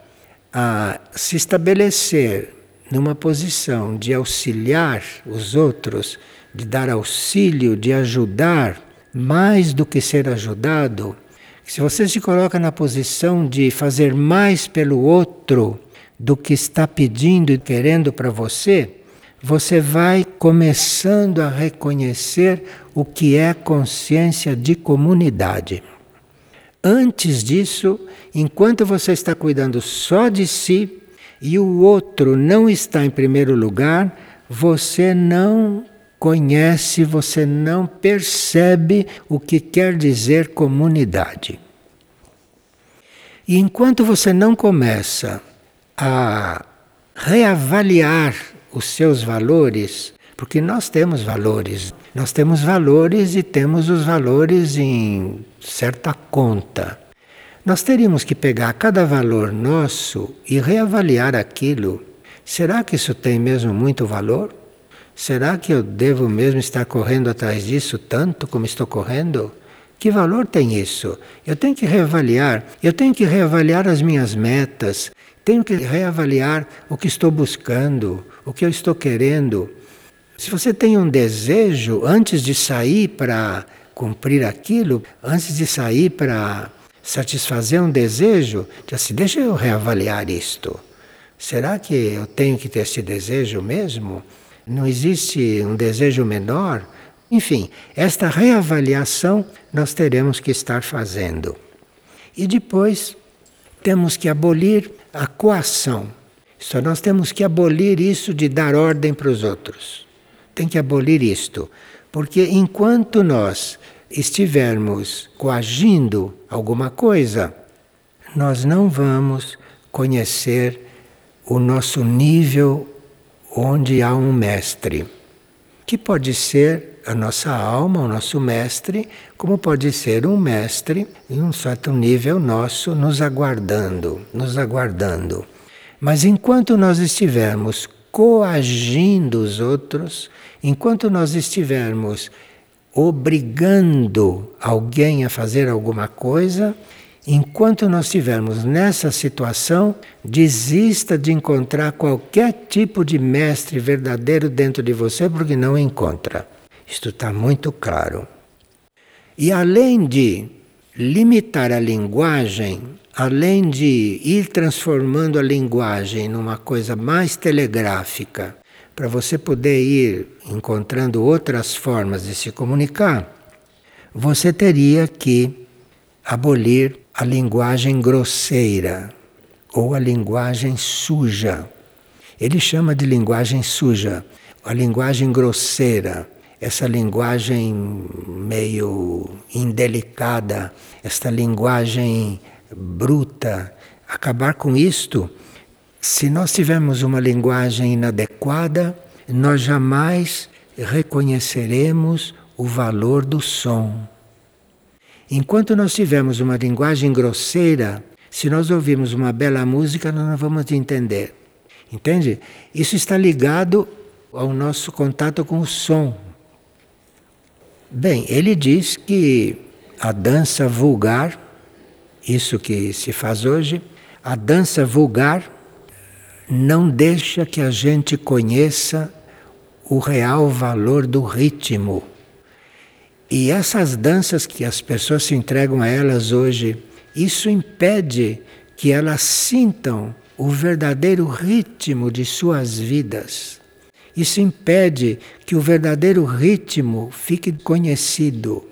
a se estabelecer numa posição de auxiliar os outros, de dar auxílio, de ajudar, mais do que ser ajudado, se você se coloca na posição de fazer mais pelo outro do que está pedindo e querendo para você, você vai começando a reconhecer o que é consciência de comunidade. Antes disso, enquanto você está cuidando só de si e o outro não está em primeiro lugar, você não conhece, você não percebe o que quer dizer comunidade. E enquanto você não começa a reavaliar os seus valores, porque nós temos valores, nós temos valores e temos os valores em certa conta. Nós teríamos que pegar cada valor nosso e reavaliar aquilo. Será que isso tem mesmo muito valor? Será que eu devo mesmo estar correndo atrás disso tanto como estou correndo? Que valor tem isso? Eu tenho que reavaliar, eu tenho que reavaliar as minhas metas, tenho que reavaliar o que estou buscando, o que eu estou querendo. Se você tem um desejo, antes de sair para cumprir aquilo, antes de sair para satisfazer um desejo, diz assim, deixa eu reavaliar isto. Será que eu tenho que ter esse desejo mesmo? Não existe um desejo menor? Enfim, esta reavaliação nós teremos que estar fazendo. E depois temos que abolir a coação. Só nós temos que abolir isso de dar ordem para os outros. Tem que abolir isto. Porque enquanto nós estivermos coagindo alguma coisa, nós não vamos conhecer o nosso nível onde há um mestre, que pode ser a nossa alma, o nosso mestre, como pode ser um mestre em um certo nível nosso nos aguardando, nos aguardando. Mas enquanto nós estivermos coagindo os outros, enquanto nós estivermos obrigando alguém a fazer alguma coisa, enquanto nós estivermos nessa situação, desista de encontrar qualquer tipo de mestre verdadeiro dentro de você, porque não encontra. Isto está muito claro. E além de limitar a linguagem, além de ir transformando a linguagem numa coisa mais telegráfica, para você poder ir encontrando outras formas de se comunicar, você teria que abolir a linguagem grosseira ou a linguagem suja. Ele chama de linguagem suja, a linguagem grosseira, essa linguagem meio indelicada, esta linguagem bruta. Acabar com isto. Se nós tivermos uma linguagem inadequada, nós jamais reconheceremos o valor do som. Enquanto nós tivermos uma linguagem grosseira, se nós ouvirmos uma bela música, nós não vamos entender. Entende? Isso está ligado ao nosso contato com o som. Bem, ele diz que a dança vulgar, isso que se faz hoje, a dança vulgar não deixa que a gente conheça o real valor do ritmo. E essas danças que as pessoas se entregam a elas hoje, isso impede que elas sintam o verdadeiro ritmo de suas vidas. Isso impede que o verdadeiro ritmo fique conhecido.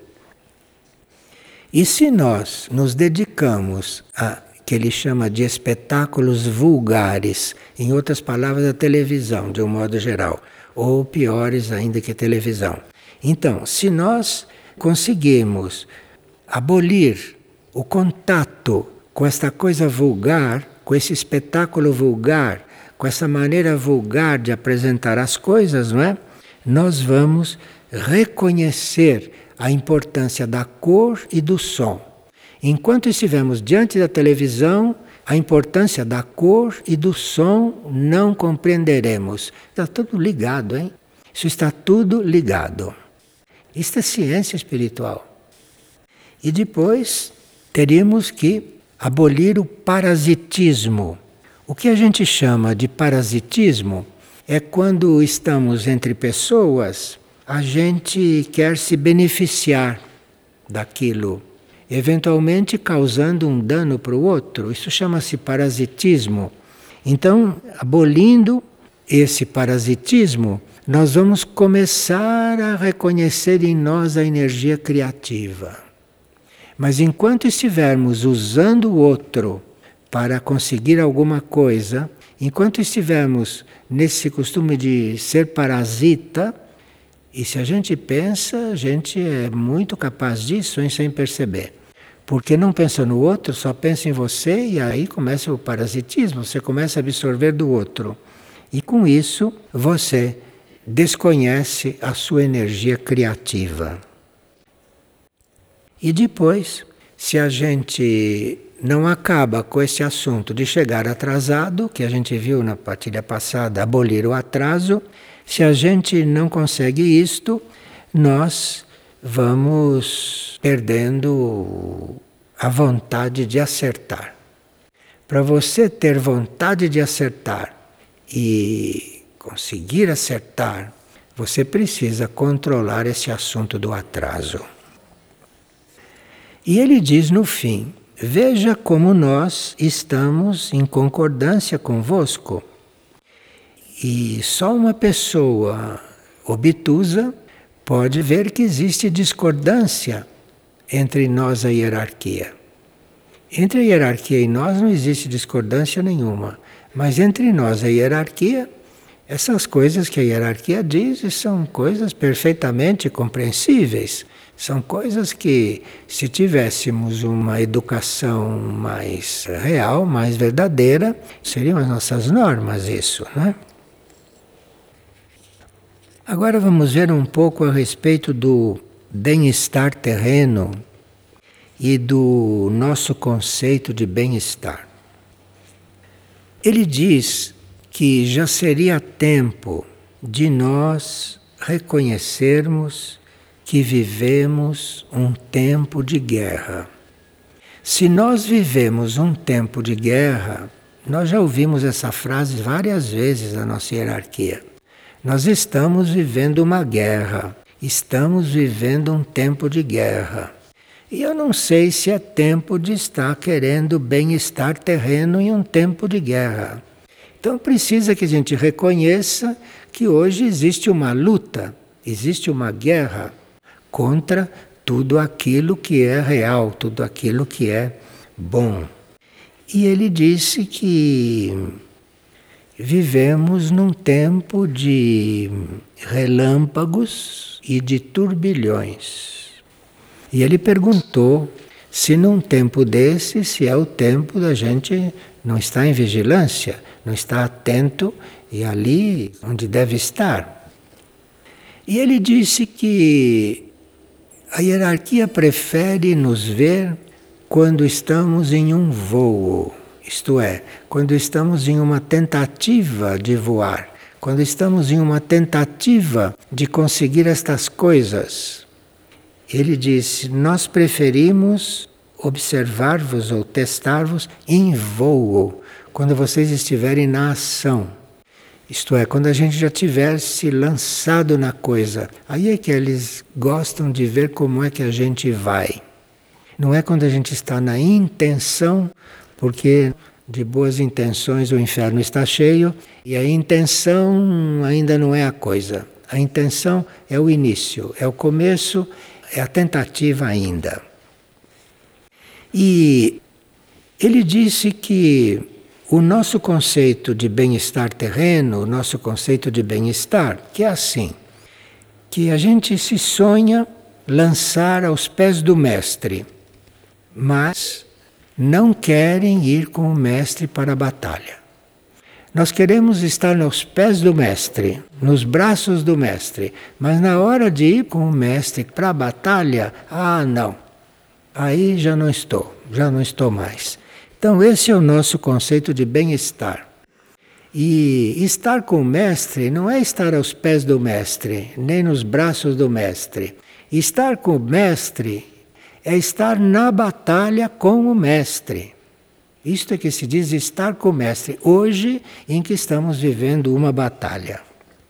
E se nós nos dedicamos a que ele chama de espetáculos vulgares, em outras palavras, a televisão, de um modo geral, ou piores ainda que a televisão. Então, se nós conseguirmos abolir o contato com esta coisa vulgar, com esse espetáculo vulgar, com essa maneira vulgar de apresentar as coisas, não é? Nós vamos reconhecer a importância da cor e do som. Enquanto estivermos diante da televisão, a importância da cor e do som não compreenderemos. Está tudo ligado, hein? Isso está tudo ligado. Isto é ciência espiritual. E depois teríamos que abolir o parasitismo. O que a gente chama de parasitismo é quando estamos entre pessoas, a gente quer se beneficiar daquilo, eventualmente causando um dano para o outro. Isso chama-se parasitismo. Então, abolindo esse parasitismo, nós vamos começar a reconhecer em nós a energia criativa. Mas enquanto estivermos usando o outro para conseguir alguma coisa, enquanto estivermos nesse costume de ser parasita, e se a gente pensa, a gente é muito capaz disso, hein, sem perceber. Porque não pensa no outro, só pensa em você, e aí começa o parasitismo, você começa a absorver do outro. E com isso, você desconhece a sua energia criativa. E depois, se a gente não acaba com esse assunto de chegar atrasado, que a gente viu na partilha passada, abolir o atraso, se a gente não consegue isto, nós vamos perdendo a vontade de acertar. Para você ter vontade de acertar e conseguir acertar, você precisa controlar esse assunto do atraso. E ele diz no fim: veja como nós estamos em concordância convosco. E só uma pessoa obtusa pode ver que existe discordância entre nós e a hierarquia. Entre a hierarquia e nós não existe discordância nenhuma, mas entre nós e a hierarquia, essas coisas que a hierarquia diz são coisas perfeitamente compreensíveis. São coisas que, se tivéssemos uma educação mais real, mais verdadeira, seriam as nossas normas isso, né? Agora vamos ver um pouco a respeito do bem-estar terreno e do nosso conceito de bem-estar. Ele diz que já seria tempo de nós reconhecermos que vivemos um tempo de guerra. Se nós vivemos um tempo de guerra, nós já ouvimos essa frase várias vezes na nossa hierarquia. Nós estamos vivendo uma guerra, estamos vivendo um tempo de guerra. E eu não sei se é tempo de estar querendo bem-estar terreno em um tempo de guerra. Então precisa que a gente reconheça que hoje existe uma luta, existe uma guerra contra tudo aquilo que é real, tudo aquilo que é bom. E ele disse que vivemos num tempo de relâmpagos e de turbilhões. E ele perguntou se num tempo desse, se é o tempo da gente não estar em vigilância, não estar atento e ali onde deve estar. E ele disse que A hierarquia prefere nos ver quando estamos em um voo, isto é, quando estamos em uma tentativa de voar, quando estamos em uma tentativa de conseguir estas coisas. Ele disse, nós preferimos observar-vos ou testar-vos em voo, quando vocês estiverem na ação. Isto é, quando a gente já tiver se lançado na coisa. Aí é que eles gostam de ver como é que a gente vai. Não é quando a gente está na intenção, porque de boas intenções o inferno está cheio, e a intenção ainda não é a coisa. A intenção é o início, é o começo, é a tentativa ainda. E ele disse que o nosso conceito de bem-estar terreno, o nosso conceito de bem-estar, que é assim, que a gente se sonha lançar aos pés do mestre, mas não querem ir com o mestre para a batalha. Nós queremos estar aos pés do mestre, nos braços do mestre, mas na hora de ir com o mestre para a batalha, ah, não, aí já não estou, já não estou mais. Então esse é o nosso conceito de bem-estar. E estar com o mestre não é estar aos pés do mestre, nem nos braços do mestre. Estar com o mestre é estar na batalha com o mestre. Isto é que se diz estar com o mestre, hoje em que estamos vivendo uma batalha.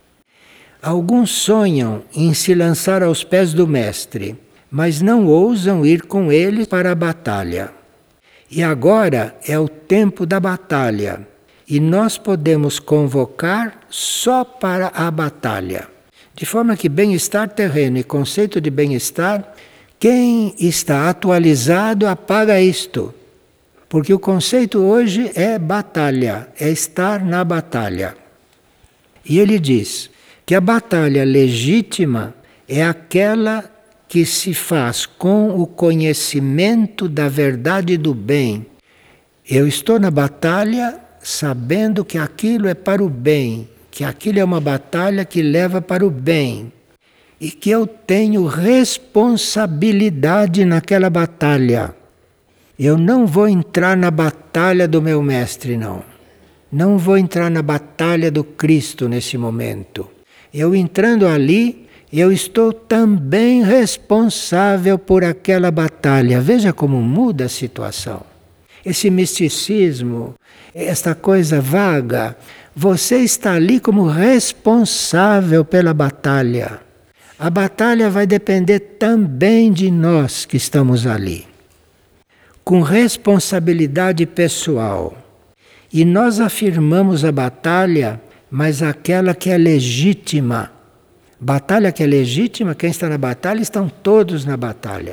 Alguns sonham em se lançar aos pés do mestre, mas não ousam ir com ele para a batalha. E agora é o tempo da batalha, e nós podemos convocar só para a batalha. De forma que bem-estar terreno e conceito de bem-estar, quem está atualizado apaga isto. Porque o conceito hoje é batalha, é estar na batalha. E ele diz que a batalha legítima é aquela que se faz com o conhecimento da verdade do bem. Eu estou na batalha sabendo que aquilo é para o bem, que aquilo é uma batalha que leva para o bem, e que eu tenho responsabilidade naquela batalha. Eu não vou entrar na batalha do meu mestre, não. Não vou entrar na batalha do Cristo nesse momento. Eu entrando ali, eu estou também responsável por aquela batalha. Veja como muda a situação. Esse misticismo, esta coisa vaga, você está ali como responsável pela batalha. A batalha vai depender também de nós que estamos ali. Com responsabilidade pessoal. E nós afirmamos a batalha, mas aquela que é legítima. Batalha que é legítima, quem está na batalha, estão todos na batalha.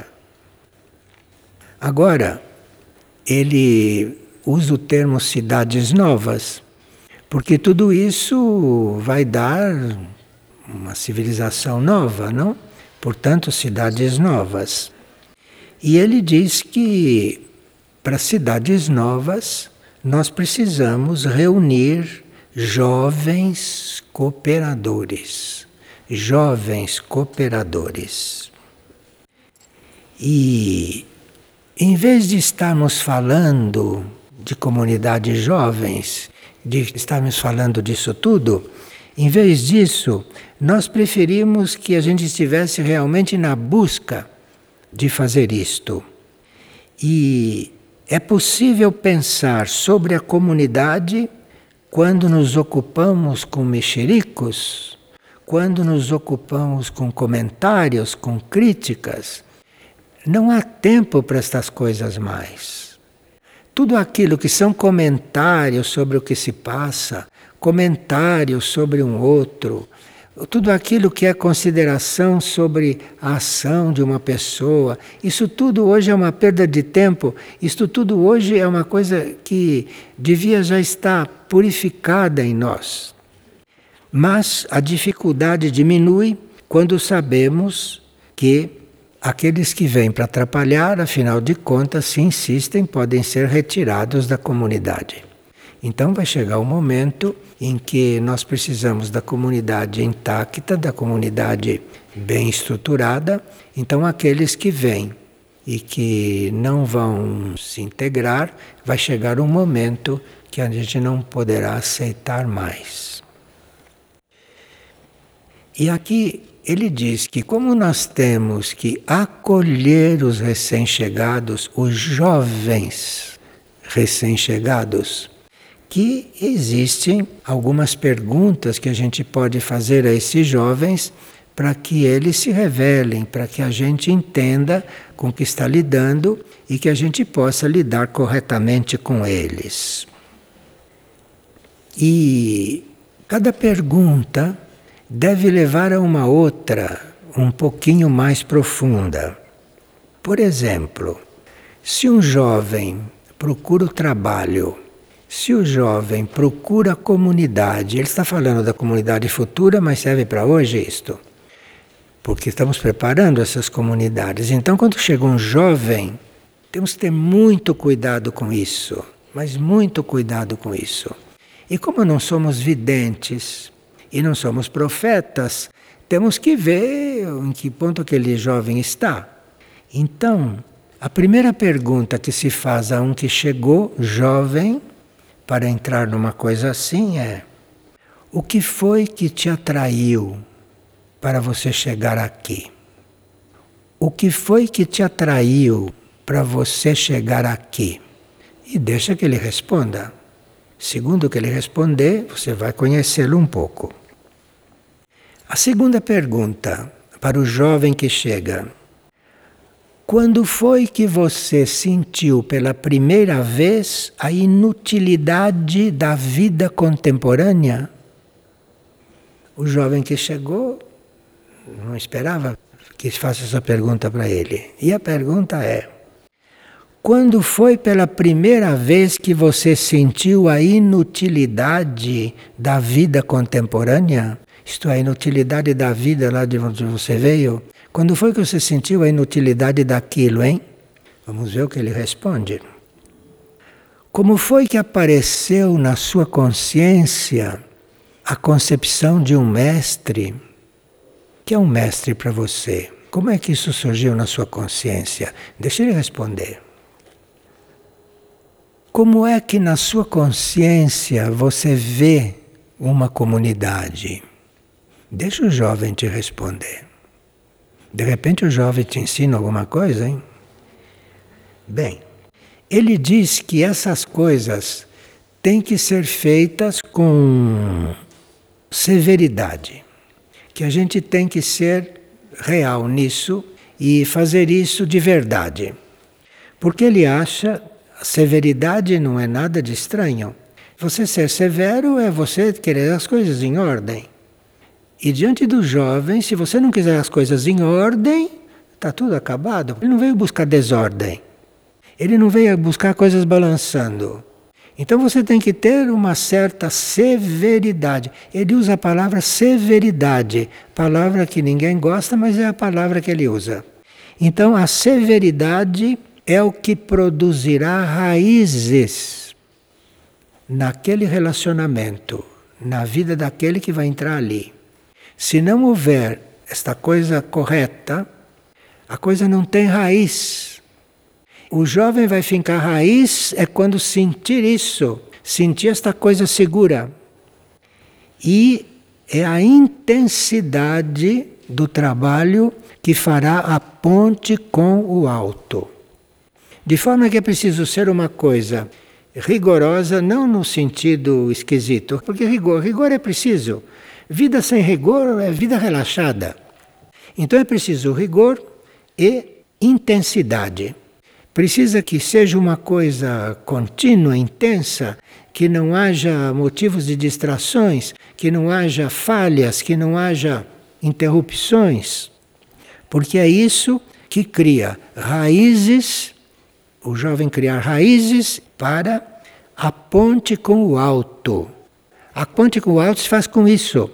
Agora, ele usa o termo cidades novas, porque tudo isso vai dar uma civilização nova, não? Portanto, cidades novas. E ele diz que para cidades novas nós precisamos reunir jovens cooperadores. Jovens cooperadores. E em vez de estarmos falando de comunidades jovens, de estarmos falando disso tudo, em vez disso, nós preferimos que a gente estivesse realmente na busca de fazer isto. E é possível pensar sobre a comunidade quando nos ocupamos com mexericos, quando nos ocupamos com comentários, com críticas. Não há tempo para estas coisas mais. Tudo aquilo que são comentários sobre o que se passa, comentários sobre um outro, tudo aquilo que é consideração sobre a ação de uma pessoa, isso tudo hoje é uma perda de tempo, isso tudo hoje é uma coisa que devia já estar purificada em nós. Mas a dificuldade diminui quando sabemos que aqueles que vêm para atrapalhar, afinal de contas, se insistem, podem ser retirados da comunidade. Então vai chegar um momento em que nós precisamos da comunidade intacta, da comunidade bem estruturada. Então aqueles que vêm e que não vão se integrar, vai chegar um momento que a gente não poderá aceitar mais. E aqui ele diz que como nós temos que acolher os recém-chegados, os jovens recém-chegados, que existem algumas perguntas que a gente pode fazer a esses jovens para que eles se revelem, para que a gente entenda com o que está lidando e que a gente possa lidar corretamente com eles. E cada pergunta deve levar a uma outra, um pouquinho mais profunda. Por exemplo, se um jovem procura o trabalho, se o jovem procura a comunidade, ele está falando da comunidade futura, mas serve para hoje isto, porque estamos preparando essas comunidades. Então, quando chega um jovem, temos que ter muito cuidado com isso, mas muito cuidado com isso. E como não somos videntes e não somos profetas, temos que ver em que ponto aquele jovem está. Então, a primeira pergunta que se faz a um que chegou jovem para entrar numa coisa assim é: o que foi que te atraiu para você chegar aqui? O que foi que te atraiu para você chegar aqui? E deixa que ele responda. Segundo o que ele responder, você vai conhecê-lo um pouco. A segunda pergunta para o jovem que chega: quando foi que você sentiu pela primeira vez a inutilidade da vida contemporânea? O jovem que chegou não esperava que faça essa pergunta para ele. E a pergunta é: quando foi pela primeira vez que você sentiu a inutilidade da vida contemporânea? Isto é, a inutilidade da vida lá de onde você veio? Quando foi que você sentiu a inutilidade daquilo, hein? Vamos ver o que ele responde. Como foi que apareceu na sua consciência a concepção de um mestre? Que é um mestre para você? Como é que isso surgiu na sua consciência? Deixa ele responder. Como é que na sua consciência você vê uma comunidade? Deixa o jovem te responder. De repente o jovem te ensina alguma coisa, hein? Bem, ele diz que essas coisas têm que ser feitas com severidade. Que a gente tem que ser real nisso e fazer isso de verdade. Porque ele acha a severidade não é nada de estranho. Você ser severo é você querer as coisas em ordem. E diante do jovem, se você não quiser as coisas em ordem, está tudo acabado. Ele não veio buscar desordem. Ele não veio buscar coisas balançando. Então você tem que ter uma certa severidade. Ele usa a palavra severidade, palavra que ninguém gosta, mas é a palavra que ele usa. Então a severidade é o que produzirá raízes naquele relacionamento, na vida daquele que vai entrar ali. Se não houver esta coisa correta, a coisa não tem raiz. O jovem vai fincar raiz é quando sentir isso, sentir esta coisa segura. E é a intensidade do trabalho que fará a ponte com o alto. De forma que é preciso ser uma coisa rigorosa, não no sentido esquisito, porque rigor, rigor é preciso. Vida sem rigor é vida relaxada. Então é preciso rigor e intensidade. Precisa que seja uma coisa contínua, intensa, que não haja motivos de distrações, que não haja falhas, que não haja interrupções. Porque é isso que cria raízes, o jovem criar raízes para a ponte com o alto. A ponte com o alto se faz com isso.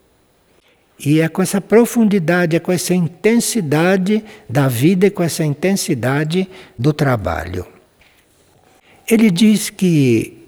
E é com essa profundidade, é com essa intensidade da vida e com essa intensidade do trabalho. Ele diz que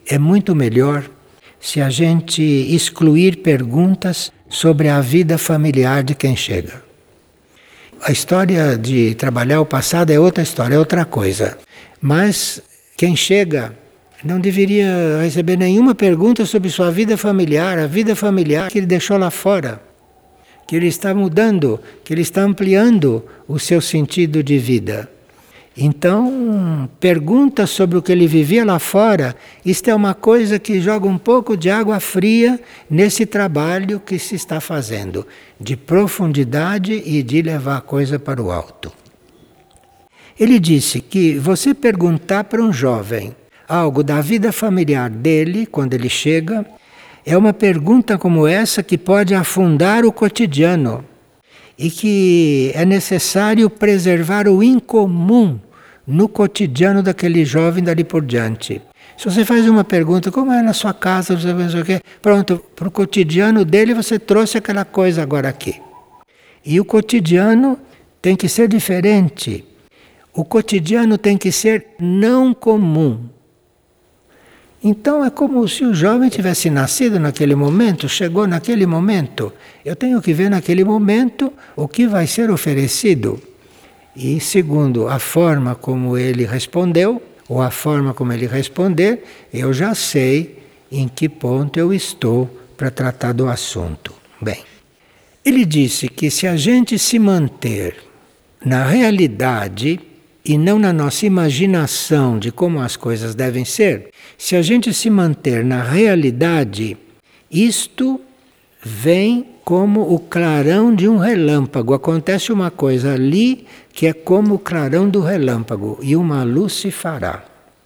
é muito melhor se a gente excluir perguntas sobre a vida familiar de quem chega. A história de trabalhar o passado é outra história, é outra coisa. Mas quem chega não deveria receber nenhuma pergunta sobre sua vida familiar, a vida familiar que ele deixou lá fora, que ele está mudando, que ele está ampliando o seu sentido de vida. Então, perguntas sobre o que ele vivia lá fora, isto é uma coisa que joga um pouco de água fria nesse trabalho que se está fazendo, de profundidade e de levar a coisa para o alto. Ele disse que você perguntar para um jovem algo da vida familiar dele, quando ele chega, é uma pergunta como essa que pode afundar o cotidiano. E que é necessário preservar o incomum no cotidiano daquele jovem dali por diante. Se você faz uma pergunta, como é na sua casa, você pensa o quê? Pronto, para o cotidiano dele você trouxe aquela coisa agora aqui. E o cotidiano tem que ser diferente. O cotidiano tem que ser não comum. Então é como se o jovem tivesse nascido naquele momento, chegou naquele momento. Eu tenho que ver naquele momento o que vai ser oferecido. E segundo a forma como ele respondeu, ou a forma como ele responder, eu já sei em que ponto eu estou para tratar do assunto. Bem, ele disse que se a gente se manter na realidade e não na nossa imaginação de como as coisas devem ser, se a gente se manter na realidade, isto vem como o clarão de um relâmpago. Acontece uma coisa ali que é como o clarão do relâmpago e uma luz se fará.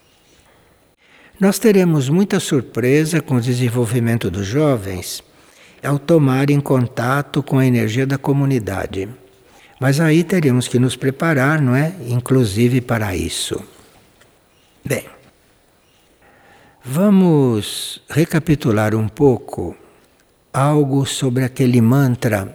Nós teremos muita surpresa com o desenvolvimento dos jovens ao tomarem contato com a energia da comunidade. Mas aí teríamos que nos preparar, não é? Inclusive para isso. Bem, vamos recapitular um pouco algo sobre aquele mantra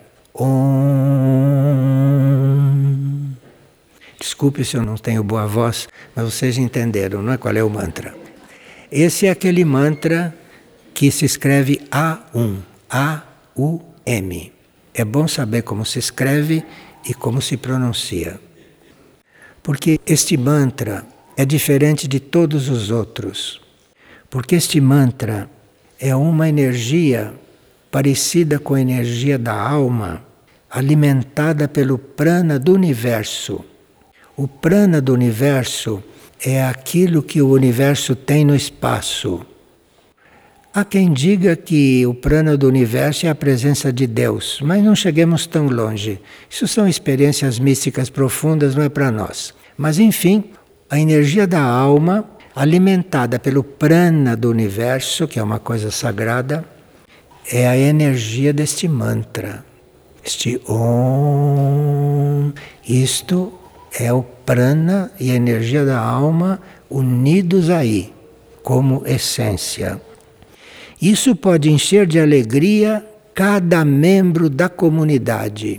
Om. Desculpe se eu não tenho boa voz, mas vocês entenderam, não é? Qual é o mantra? Esse é aquele mantra que se escreve A um, A U M. É bom saber como se escreve e como se pronuncia. Porque este mantra é diferente de todos os outros. Porque este mantra é uma energia parecida com a energia da alma, alimentada pelo prana do universo. O prana do universo é aquilo que o universo tem no espaço. Há quem diga que o prana do universo é a presença de Deus, mas não cheguemos tão longe. Isso são experiências místicas profundas, não é para nós. Mas enfim, a energia da alma, alimentada pelo prana do universo, que é uma coisa sagrada, é a energia deste mantra. Este Om. Isto é o prana e a energia da alma unidos aí, como essência. Isso pode encher de alegria cada membro da comunidade.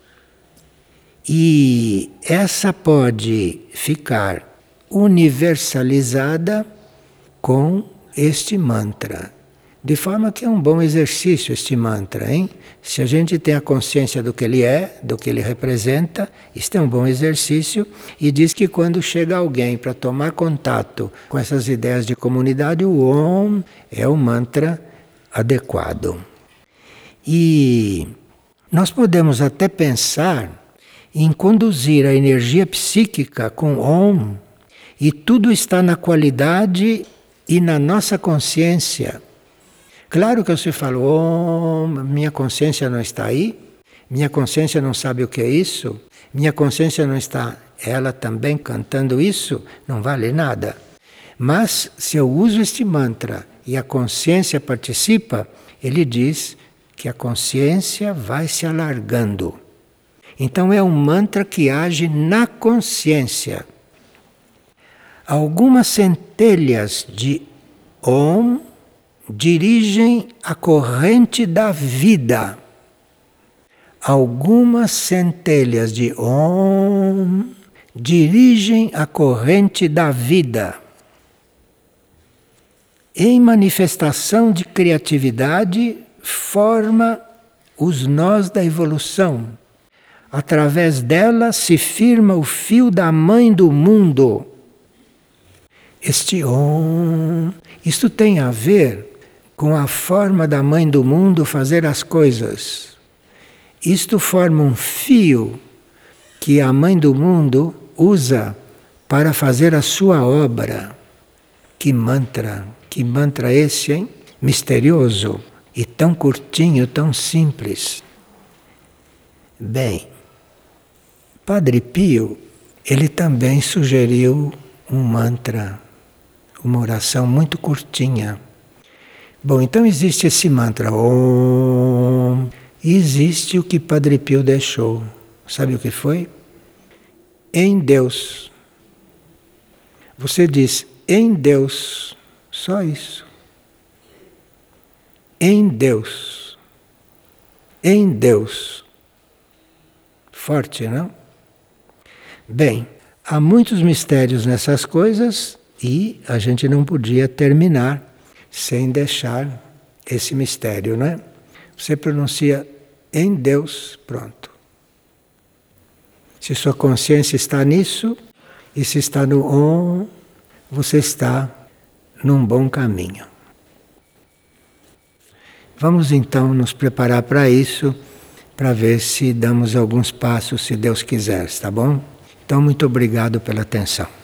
E essa pode ficar universalizada com este mantra. De forma que é um bom exercício este mantra, hein? Se a gente tem a consciência do que ele é, do que ele representa, isto é um bom exercício. E diz que quando chega alguém para tomar contato com essas ideias de comunidade, o Om é o mantra adequado. E nós podemos até pensar em conduzir a energia psíquica com Om, e tudo está na qualidade e na nossa consciência. Claro que você fala, oh, minha consciência não está aí, minha consciência não sabe o que é isso, minha consciência não está, ela também cantando isso, não vale nada. Mas se eu uso este mantra e a consciência participa, ele diz que a consciência vai se alargando. Então é um mantra que age na consciência. Algumas centelhas de Om dirigem a corrente da vida. Algumas centelhas de Om dirigem a corrente da vida. em manifestação de criatividade, forma os nós da evolução. Através dela se firma o fio da mãe do mundo. Este Om, isto tem a ver com a forma da mãe do mundo fazer as coisas. Isto forma um fio que a mãe do mundo usa para fazer a sua obra. Que mantra, que mantra esse, hein? Misterioso e tão curtinho, tão simples. Bem, Padre Pio, ele também sugeriu um mantra, uma oração muito curtinha. Bom, então existe esse mantra, Om, e existe o que Padre Pio deixou. Sabe o que foi? Em Deus. Você diz, em Deus, só isso. Em Deus. Em Deus. Forte, não? Bem, há muitos mistérios nessas coisas e a gente não podia terminar sem deixar esse mistério, não é? Você pronuncia em Deus, pronto. Se sua consciência está nisso, e se está no Om, você está num bom caminho. Vamos então nos preparar para isso, para ver se damos alguns passos, se Deus quiser, está bom? Então, muito obrigado pela atenção.